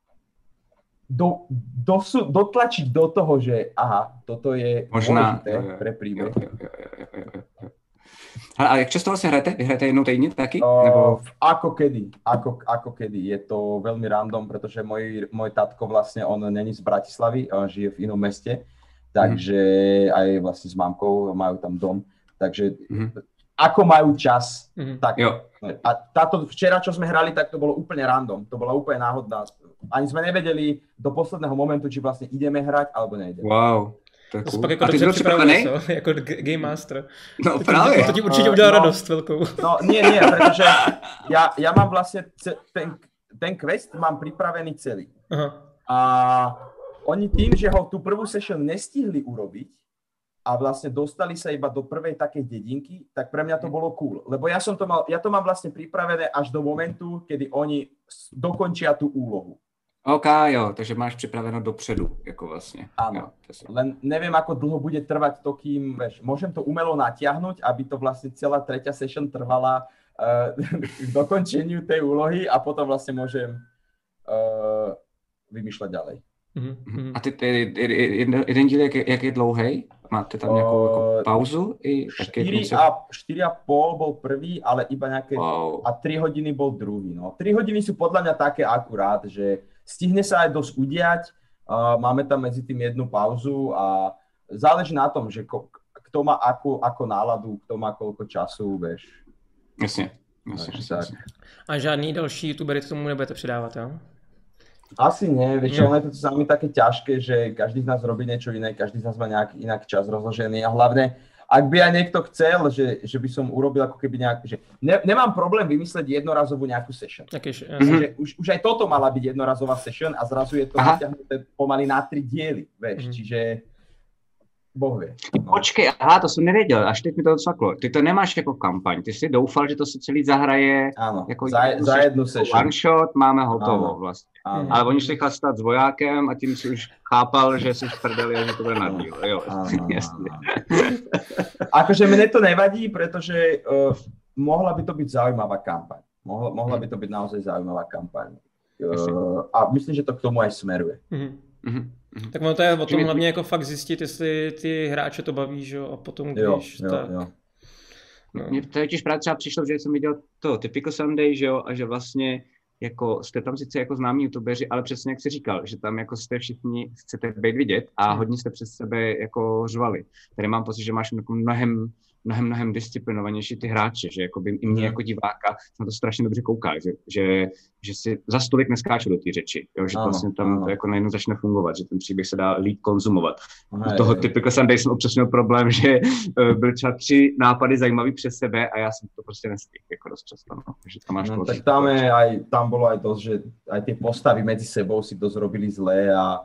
Do, dosu, dotlačiť do toho, že aha, toto je možná dôležité pre príbeh. Jo, jo, jo, jo, jo, jo. A jak často vlastne hrajete? Vy hrajete jednou týdne taky? Uh, Nebo... Ako kedy, ako, ako kedy. Je to veľmi random, pretože môj, môj tatko vlastne, on není z Bratislavy, on žije v inom meste, takže mm. aj vlastne s mámkou majú tam dom, takže mm. ako majú čas. Mm-hmm. Tak. Jo. A táto včera, čo sme hrali, tak to bolo úplne random. To bola úplne náhodná. Ani sme nevedeli do posledného momentu, či vlastne ideme hrať, alebo nejdeme. Wow. To je cool. Jako a ty byl připravený? Jako Game Master. No to právě. To ti určitě udělá uh, no, radost velkou. No nie, nie, pretože ja, ja mám vlastne ten, ten quest mám pripravený celý. Aha. A oni tým, že ho tú prvú session nestihli urobiť a vlastne dostali sa iba do prvej takej dedinky, tak pre mňa to bolo cool. Lebo ja som to mal, ja to mám vlastne pripravené až do momentu, kedy oni dokončia tú úlohu. OK, jo, takže máš připraveno dopředu, jako vlastně. Áno, jo, len neviem, ako dlho bude trvať to, kým, vieš, môžem to umelo natiahnuť, aby to vlastne celá tretia session trvala uh, k dokončeniu tej úlohy a potom vlastne môžem uh, vymýšľať ďalej. Mm-hmm. A ty, ty jeden, jeden díl, jak je, jak je dlouhej? Máte tam nějakou jako pauzu? I štyri a pol bol prvý, ale iba nejaké... Wow. A tri hodiny bol druhý. No. tri hodiny sú podľa mňa také akurát, že stihne sa aj dosť udiať. Uh, máme tam medzi tým jednu pauzu a záleží na tom, že ko, kto má akú, ako náladu, kto má koľko času, vieš. Jasne. jasne, jasne, jasne. A žádný další youtubery tomu nebudete přidávat, jo? Asi nie, vieš, ono je to sami také ťažké, že každý z nás robí niečo iné, každý z nás má nejak inak čas rozložený a hlavne, ak by aj niekto chcel, že, že by som urobil ako keby nejak, že ne, nemám problém vymysleť jednorazovú nejakú session. Okay, mm-hmm. že už, už aj toto mala byť jednorazová session a zrazu je to natiahnuté pomaly na tri diely, vieš, mm-hmm. čiže Boh vie. No. Počkej, aha, to jsem nevěděl, až teď mi to docvaklo. Ty to nemáš jako kampaň, ty si doufal, že to se celý zahraje ano, jako za, za jednu session. One shot, máme hotovo ano. vlastně. Ano. Ale oni šli chlastat s vojákem a tím si už chápal, že jsi v prdeli a že to bude na díl. Jo, jasně. Akože mne to nevadí, pretože uh, mohla by to byť zaujímavá kampaň. Mohla, mohla by to byť naozaj zaujímavá kampaň. Uh, a myslím, že to k tomu aj smeruje. Mm-hmm. Mm-hmm. Tak ono to je o tom hlavně jako fakt zjistit, jestli ty hráče to baví, že jo, a potom když jo, jo, tak... Jo. No. Mně to totiž právě třeba přišlo, že jsem viděl to Typical Sunday, že jo, a že vlastně jako jste tam sice jako známí youtubeři, ale přesně jak jsi říkal, že tam jako jste všichni chcete být vidět a hodně jste přes sebe jako řvali. Tady mám pocit, že máš jako mnohem mnohem, mnohem disciplinovanější ty hráče, že jako by i mě jako diváka na to strašně dobře kouká, že, že, že si za stolik neskáču do té řeči, jo, že ano, vlastně tam ano. To jako najednou začne fungovat, že ten příběh se dá líp konzumovat. U toho Typical Sunday jsem občasnil problém, že uh, byl třeba tři nápady zajímavý přes sebe a já jsem to prostě nestihl jako dost často. No. Takže tam máš no, tak tam, je aj, tam bolo aj to, že aj tie postavy medzi sebou si dosť robili zlé a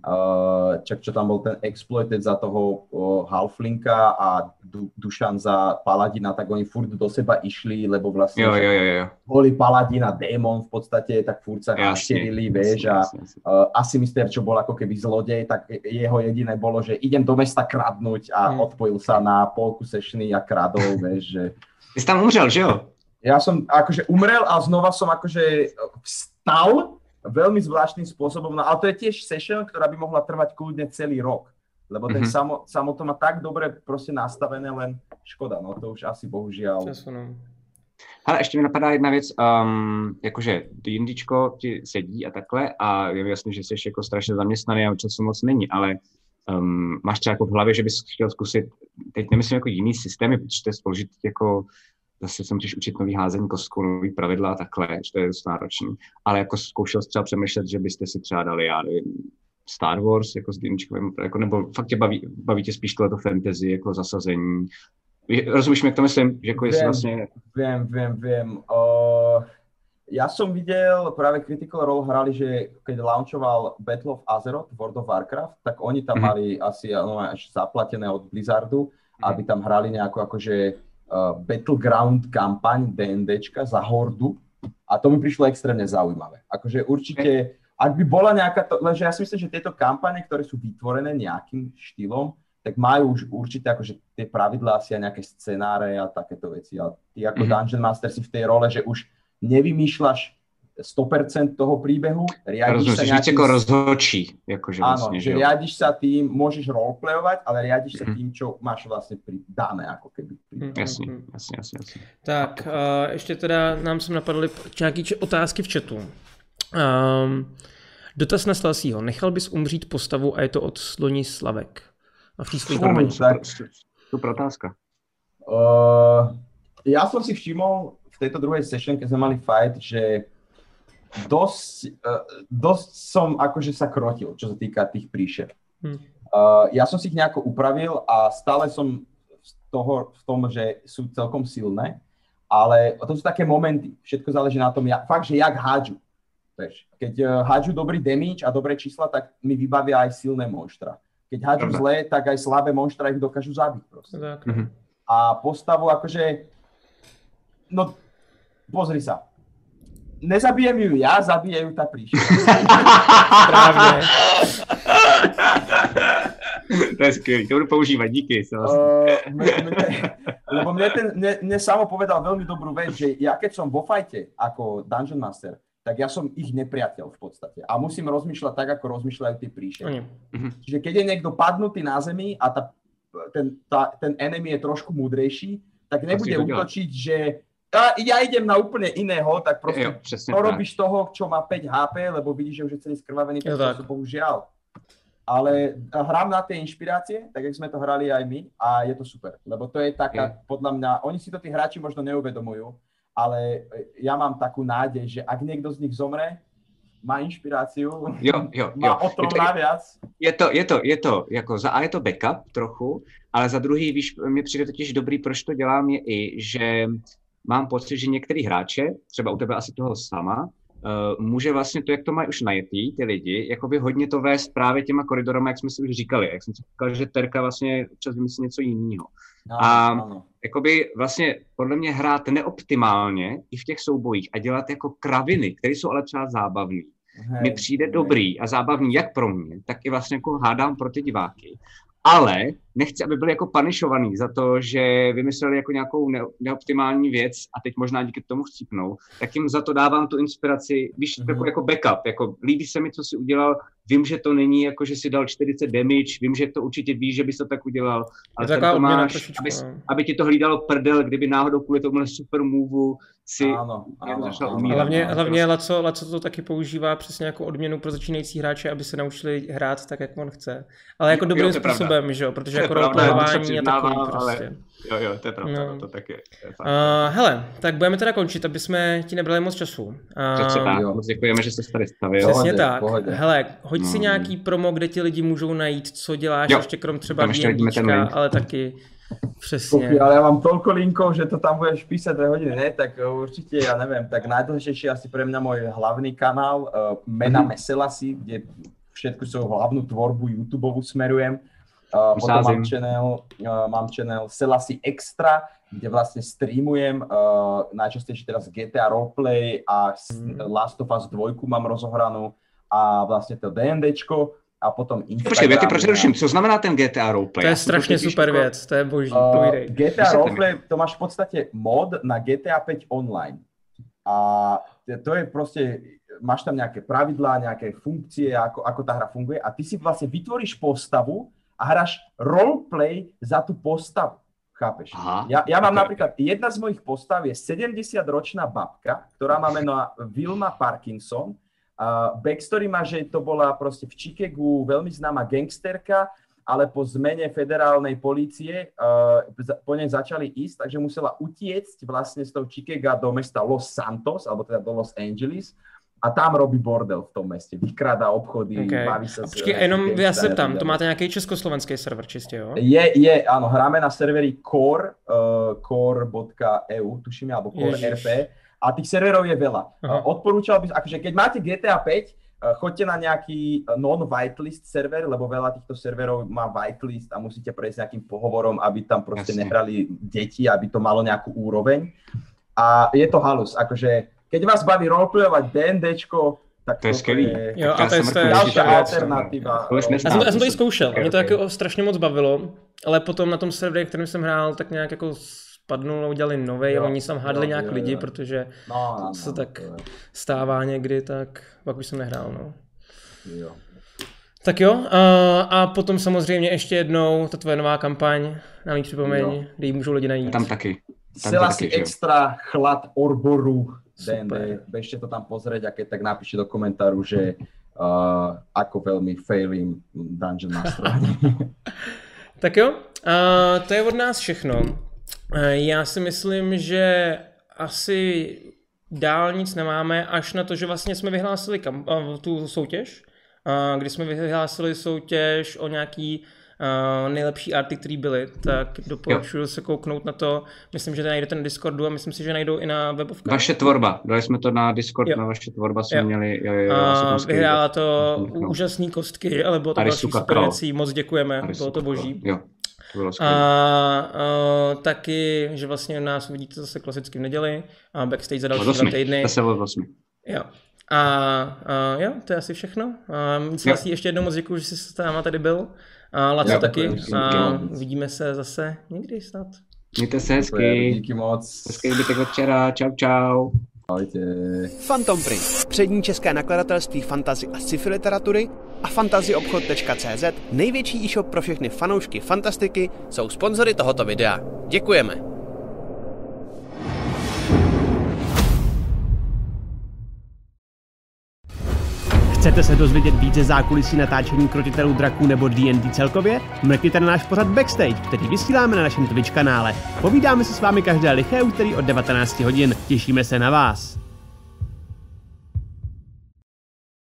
Uh, čak čo tam bol ten exploited za toho uh, Halflinka a du- Dušan za Paladina, tak oni furt do seba išli, lebo vlastne jo, jo, jo, jo. boli Paladin a démon v podstate, tak furt sa našterili, vieš, a uh, Asimister, čo bol ako keby zlodej, tak jeho jediné bolo, že idem do mesta kradnúť a hmm. odpojil sa na polku sešny a kradol, vieš, že... Ty si tam umřel, že jo? Ja som akože umrel a znova som akože vstal, veľmi zvláštnym spôsobom, no ale to je tiež session, ktorá by mohla trvať kľudne celý rok, lebo ten mm-hmm. samo, to má tak dobre proste nastavené, len škoda, no to už asi bohužiaľ. Hele, ještě mi napadá jedna věc, um, jakože Jindičko ti sedí a takhle a je jasný, že jsi jako strašně zaměstnaný a času moc není, ale um, máš třeba jako v hlavě, že bys chtěl zkusit, teď nemyslím jako jiný systémy, protože to je složitý jako zase se můžeš učit nový házení kostkou, nový pravidla a takhle, že to je dost náročný. Ale jako zkoušel jsi třeba přemýšlet, že byste si třeba dali, já nevím, Star Wars jako s Dýničkovým, jako, nebo fakt tě baví, baví tě spíš tohleto fantasy, jako zasazení. Rozumíš mi, jak to myslím? Že jako viem, vlastně... viem, viem, viem. Uh, ja som videl, práve Critical Role hrali, že keď launchoval Battle of Azeroth, World of Warcraft, tak oni tam mm-hmm. mali asi no, až zaplatené od Blizzardu, mm-hmm. aby tam hrali nejakú akože Uh, Battleground kampaň DNDčka za Hordu a to mi prišlo extrémne zaujímavé. Akože určite, ak by bola nejaká, to, lenže ja si myslím, že tieto kampane, ktoré sú vytvorené nejakým štýlom, tak majú už určite akože tie pravidlá asi aj nejaké scenáre a takéto veci. A ty ako mm-hmm. Dungeon Master si v tej role, že už nevymýšľaš sto percent toho príbehu, riadiš sa nejakým... ako rozhodčí. Akože áno, vlastne, že že riadiš sa tým, môžeš roleplayovať, ale riadiš sa tým, čo máš vlastne dané, ako keby. Jasně, jasně, jasně, jasně. Tak, uh, ještě teda nám sem napadaly nějaké otázky v chatu. Um, dotaz na Slasího. Nechal bys umřít postavu a je to od Sloní Slavek. A v té svojí kampani. Super otázka. Uh, ja som si všimol v tejto druhej session, keď sme mali fight, že dosť, uh, dosť som akože sa krotil, čo sa týka tých príšer. Hmm. Uh, ja som si ich nejako upravil a stále som z toho v tom, že sú celkom silné, ale to sú také momenty. Všetko záleží na tom, ja, fakt, že jak hádžu. Keď uh, hádžu dobrý damage a dobré čísla, tak mi vybavia aj silné monštra. Keď hádžu zlé, tak aj slabé monštra ich dokážu zabiť proste. Mm-hmm. A postavu akože, no pozri sa, nezabijem ju ja, zabije ju tá príšera. Správne. To je skvělý, to budu používat, díky. Uh, mne, mne, lebo mne, ten, mne, mne Samo povedal veľmi dobrú vec, že ja keď som vo fajte ako Dungeon Master, tak ja som ich nepriateľ v podstate. A musím rozmýšľať tak, ako rozmýšľajú tie príšery. Mm. Čiže keď je niekto padnutý na zemi a tá, ten, tá, ten enemy je trošku múdrejší, tak nebude útočiť, že ja, ja idem na úplne iného, tak proste to robíš toho, čo má päť há pé, lebo vidíš, že už je celý skrvavený, tak to sú bohužiaľ. Ale hrám na tie inšpirácie, tak jak sme to hrali aj my a je to super, lebo to je taká, je. podľa mňa, oni si to tí hráči možno neuvedomujú, ale ja mám takú nádej, že ak niekto z nich zomre, má inšpiráciu, jo, jo, má jo. o tom naviac. Je to, je to, je to, jako za A je to backup trochu, ale za druhý, víš, mi přijde totiž dobrý, proč to dělám, je i, že mám pocit, že některý hráče, třeba u tebe asi toho sama, Uh, může vlastně to, jak to mají už najetý, ty lidi, jakoby hodně to vést právě těma koridorama, jak jsme si už říkali. Jak jsem si říkal, že Terka vlastně občas vymyslí něco jiného. No, a no. jakoby vlastně podle mě hrát neoptimálně i v těch soubojích a dělat jako kraviny, které jsou ale třeba zábavný, hej, mi přijde hej. dobrý a zábavný jak pro mě, tak i vlastně jako hádám pro ty diváky. Ale nechci, aby byli jako panišovaný za to, že vymysleli jako nějakou ne- neoptimální věc a teď možná díky tomu chcípnou, tak jim za to dávám tu inspiraci, víš, mm-hmm. jako, jako backup, jako líbí se mi, co jsi udělal, vím, že to není jako, že si dal čtyřicet damage, vím, že to určitě víš, že bys to tak udělal, ale tady to máš, aby, aby ti to hlídalo prdel, kdyby náhodou kvůli tomuhle super movu si ano, ano, začal ano, umírat. Hlavně, no, hlavně Laco, Laco to taky používá přesně jako odměnu pro začínající hráče, aby se naučili hrát tak, jak on chce. Ale jako jo, dobrým způsobem, že jo, protože jako roleplayování je takový prostě. Jo, jo, to je pravda, no. to taky je. je uh, hele, tak budeme teda končit, aby jsme ti nebrali moc času. Uh, moc děkujeme, že jsi tady stavil. Přesně pohodě, tak. Pohodě. Hele, hoď no. si nějaký promo, kde ti lidi můžou najít, co děláš, jo. ještě krom třeba DMDčka, ale taky přesně. Kopy, ale ja mám toľko linkov, že to tam budeš písať dve hodiny, ne? Tak určite, ja neviem, tak najdôležitejšie asi pre mňa môj hlavný kanál, uh, Mena mm-hmm. Meselasi, kde všetku svoju hlavnú tvorbu YouTubeovú smerujem. Uh, potom mám channel, uh, mám channel Selasi Extra, kde vlastne streamujem, uh, najčastejšie teraz G T A Roleplay a mm. Last of Us dva mám rozohranú a vlastne to DNDčko. A potom Instagram. Počkej, ja ti preruším, co znamená ten G T A Roleplay? To je strašne super jako... věc, to je boží. Uh, G T A Roleplay, to máš v podstate mod na G T A päť online. A to je proste, máš tam nejaké pravidlá, nejaké funkcie, ako, ako tá hra funguje a ty si vlastne vytvoríš postavu a hráš roleplay za tú postavu. Chápeš? Aha, ja, ja mám okay. napríklad, jedna z mojich postav je sedemdesiatročná babka, ktorá má meno Wilma Parkinson. Uh, backstory má, že to bola proste v Chicagu veľmi známa gangsterka, ale po zmene federálnej polície uh, po nej začali ísť, takže musela utiecť vlastne z toho Chicaga do mesta Los Santos, alebo teda do Los Angeles a tam robí bordel v tom meste, vykrádá obchody, okay. baví sa... A počkej, s, jenom ja sa ptám, to máte nejaký československý server čiste, jo? Je, je, áno, hráme na serveri core, uh, core bodka e u, tuším, alebo core bodka er pé. A tých serverov je veľa. Aha. Odporúčal by, akože keď máte G T A päť, choďte na nejaký non-whitelist server, lebo veľa týchto serverov má whitelist a musíte prejsť nejakým pohovorom, aby tam proste Jasne. nehrali deti, aby to malo nejakú úroveň. A je to halus, akože keď vás baví roleplayovať DNDčko, tak to je skvělý. Jo, a to je další alternativa. Já jsem, já jsem to i zkoušel, mě to jako strašně moc bavilo, ale potom na tom serveru, kterým jsem hrál, tak nějak jako spadnul a udělali novej a oni tam hádli nějak jo, lidi, jo. protože no, no, se no, tak no. stává někdy, tak pak už jsem nehrál, no. Jo. Tak jo, a, a potom samozřejmě ještě jednou ta tvoje nová kampaň, nám ji připomeň, kde ji můžou lidi najít. Tam taky. Selasi Extra, Chlad Orboru, D and D, bežte to tam pozrieť a keď tak napíšte do komentáru, že uh, ako veľmi failím Dungeon Master. Tak jo, uh, to je od nás všechno. Já si myslím, že asi dál nic nemáme, až na to, že vlastně jsme vyhlásili kam, tu soutěž, kdy jsme vyhlásili soutěž o nějaký Uh, nejlepší arty, které byly, tak doporučuji se kouknout na to. Myslím, že to najdete na Discordu a myslím si, že najdou i na webovkách. Vaše tvorba, dali jsme to na Discord, jo. Na vaše tvorba jsme jo. měli. Jo, jo, uh, vyhrála to no. úžasný kostky, ale bylo to další spojenecí, moc děkujeme, Arisu bylo to boží. Jo, to bylo a uh, taky, že vlastně nás vidíte zase klasicky v neděli a backstage za další dva týdny. Zase od osmi. Jo. A uh, jo, to je asi všechno. Uh, Celestí, ještě jednou moc děkuji, že jsi s náma tady byl. A Laco já taky. A vidíme se zase někdy snad. Mějte se hezky. Díky moc. Hezký zbytek večera. Čau, čau. Ahojte. Phantom Print, přední české nakladatelství fantasy a sci-fi literatury a fantasyobchod tečka cé zet, největší e-shop pro všechny fanoušky fantastiky, jsou sponzory tohoto videa. Děkujeme. Chcete se dozvědět více zákulisí natáčení Krotitelů draků nebo D and D celkově? Mrkněte na náš pořad Backstage, který vysíláme na našem Twitch kanále. Povídáme se s vámi každé liché úterý od devatenáct hodin. Těšíme se na vás.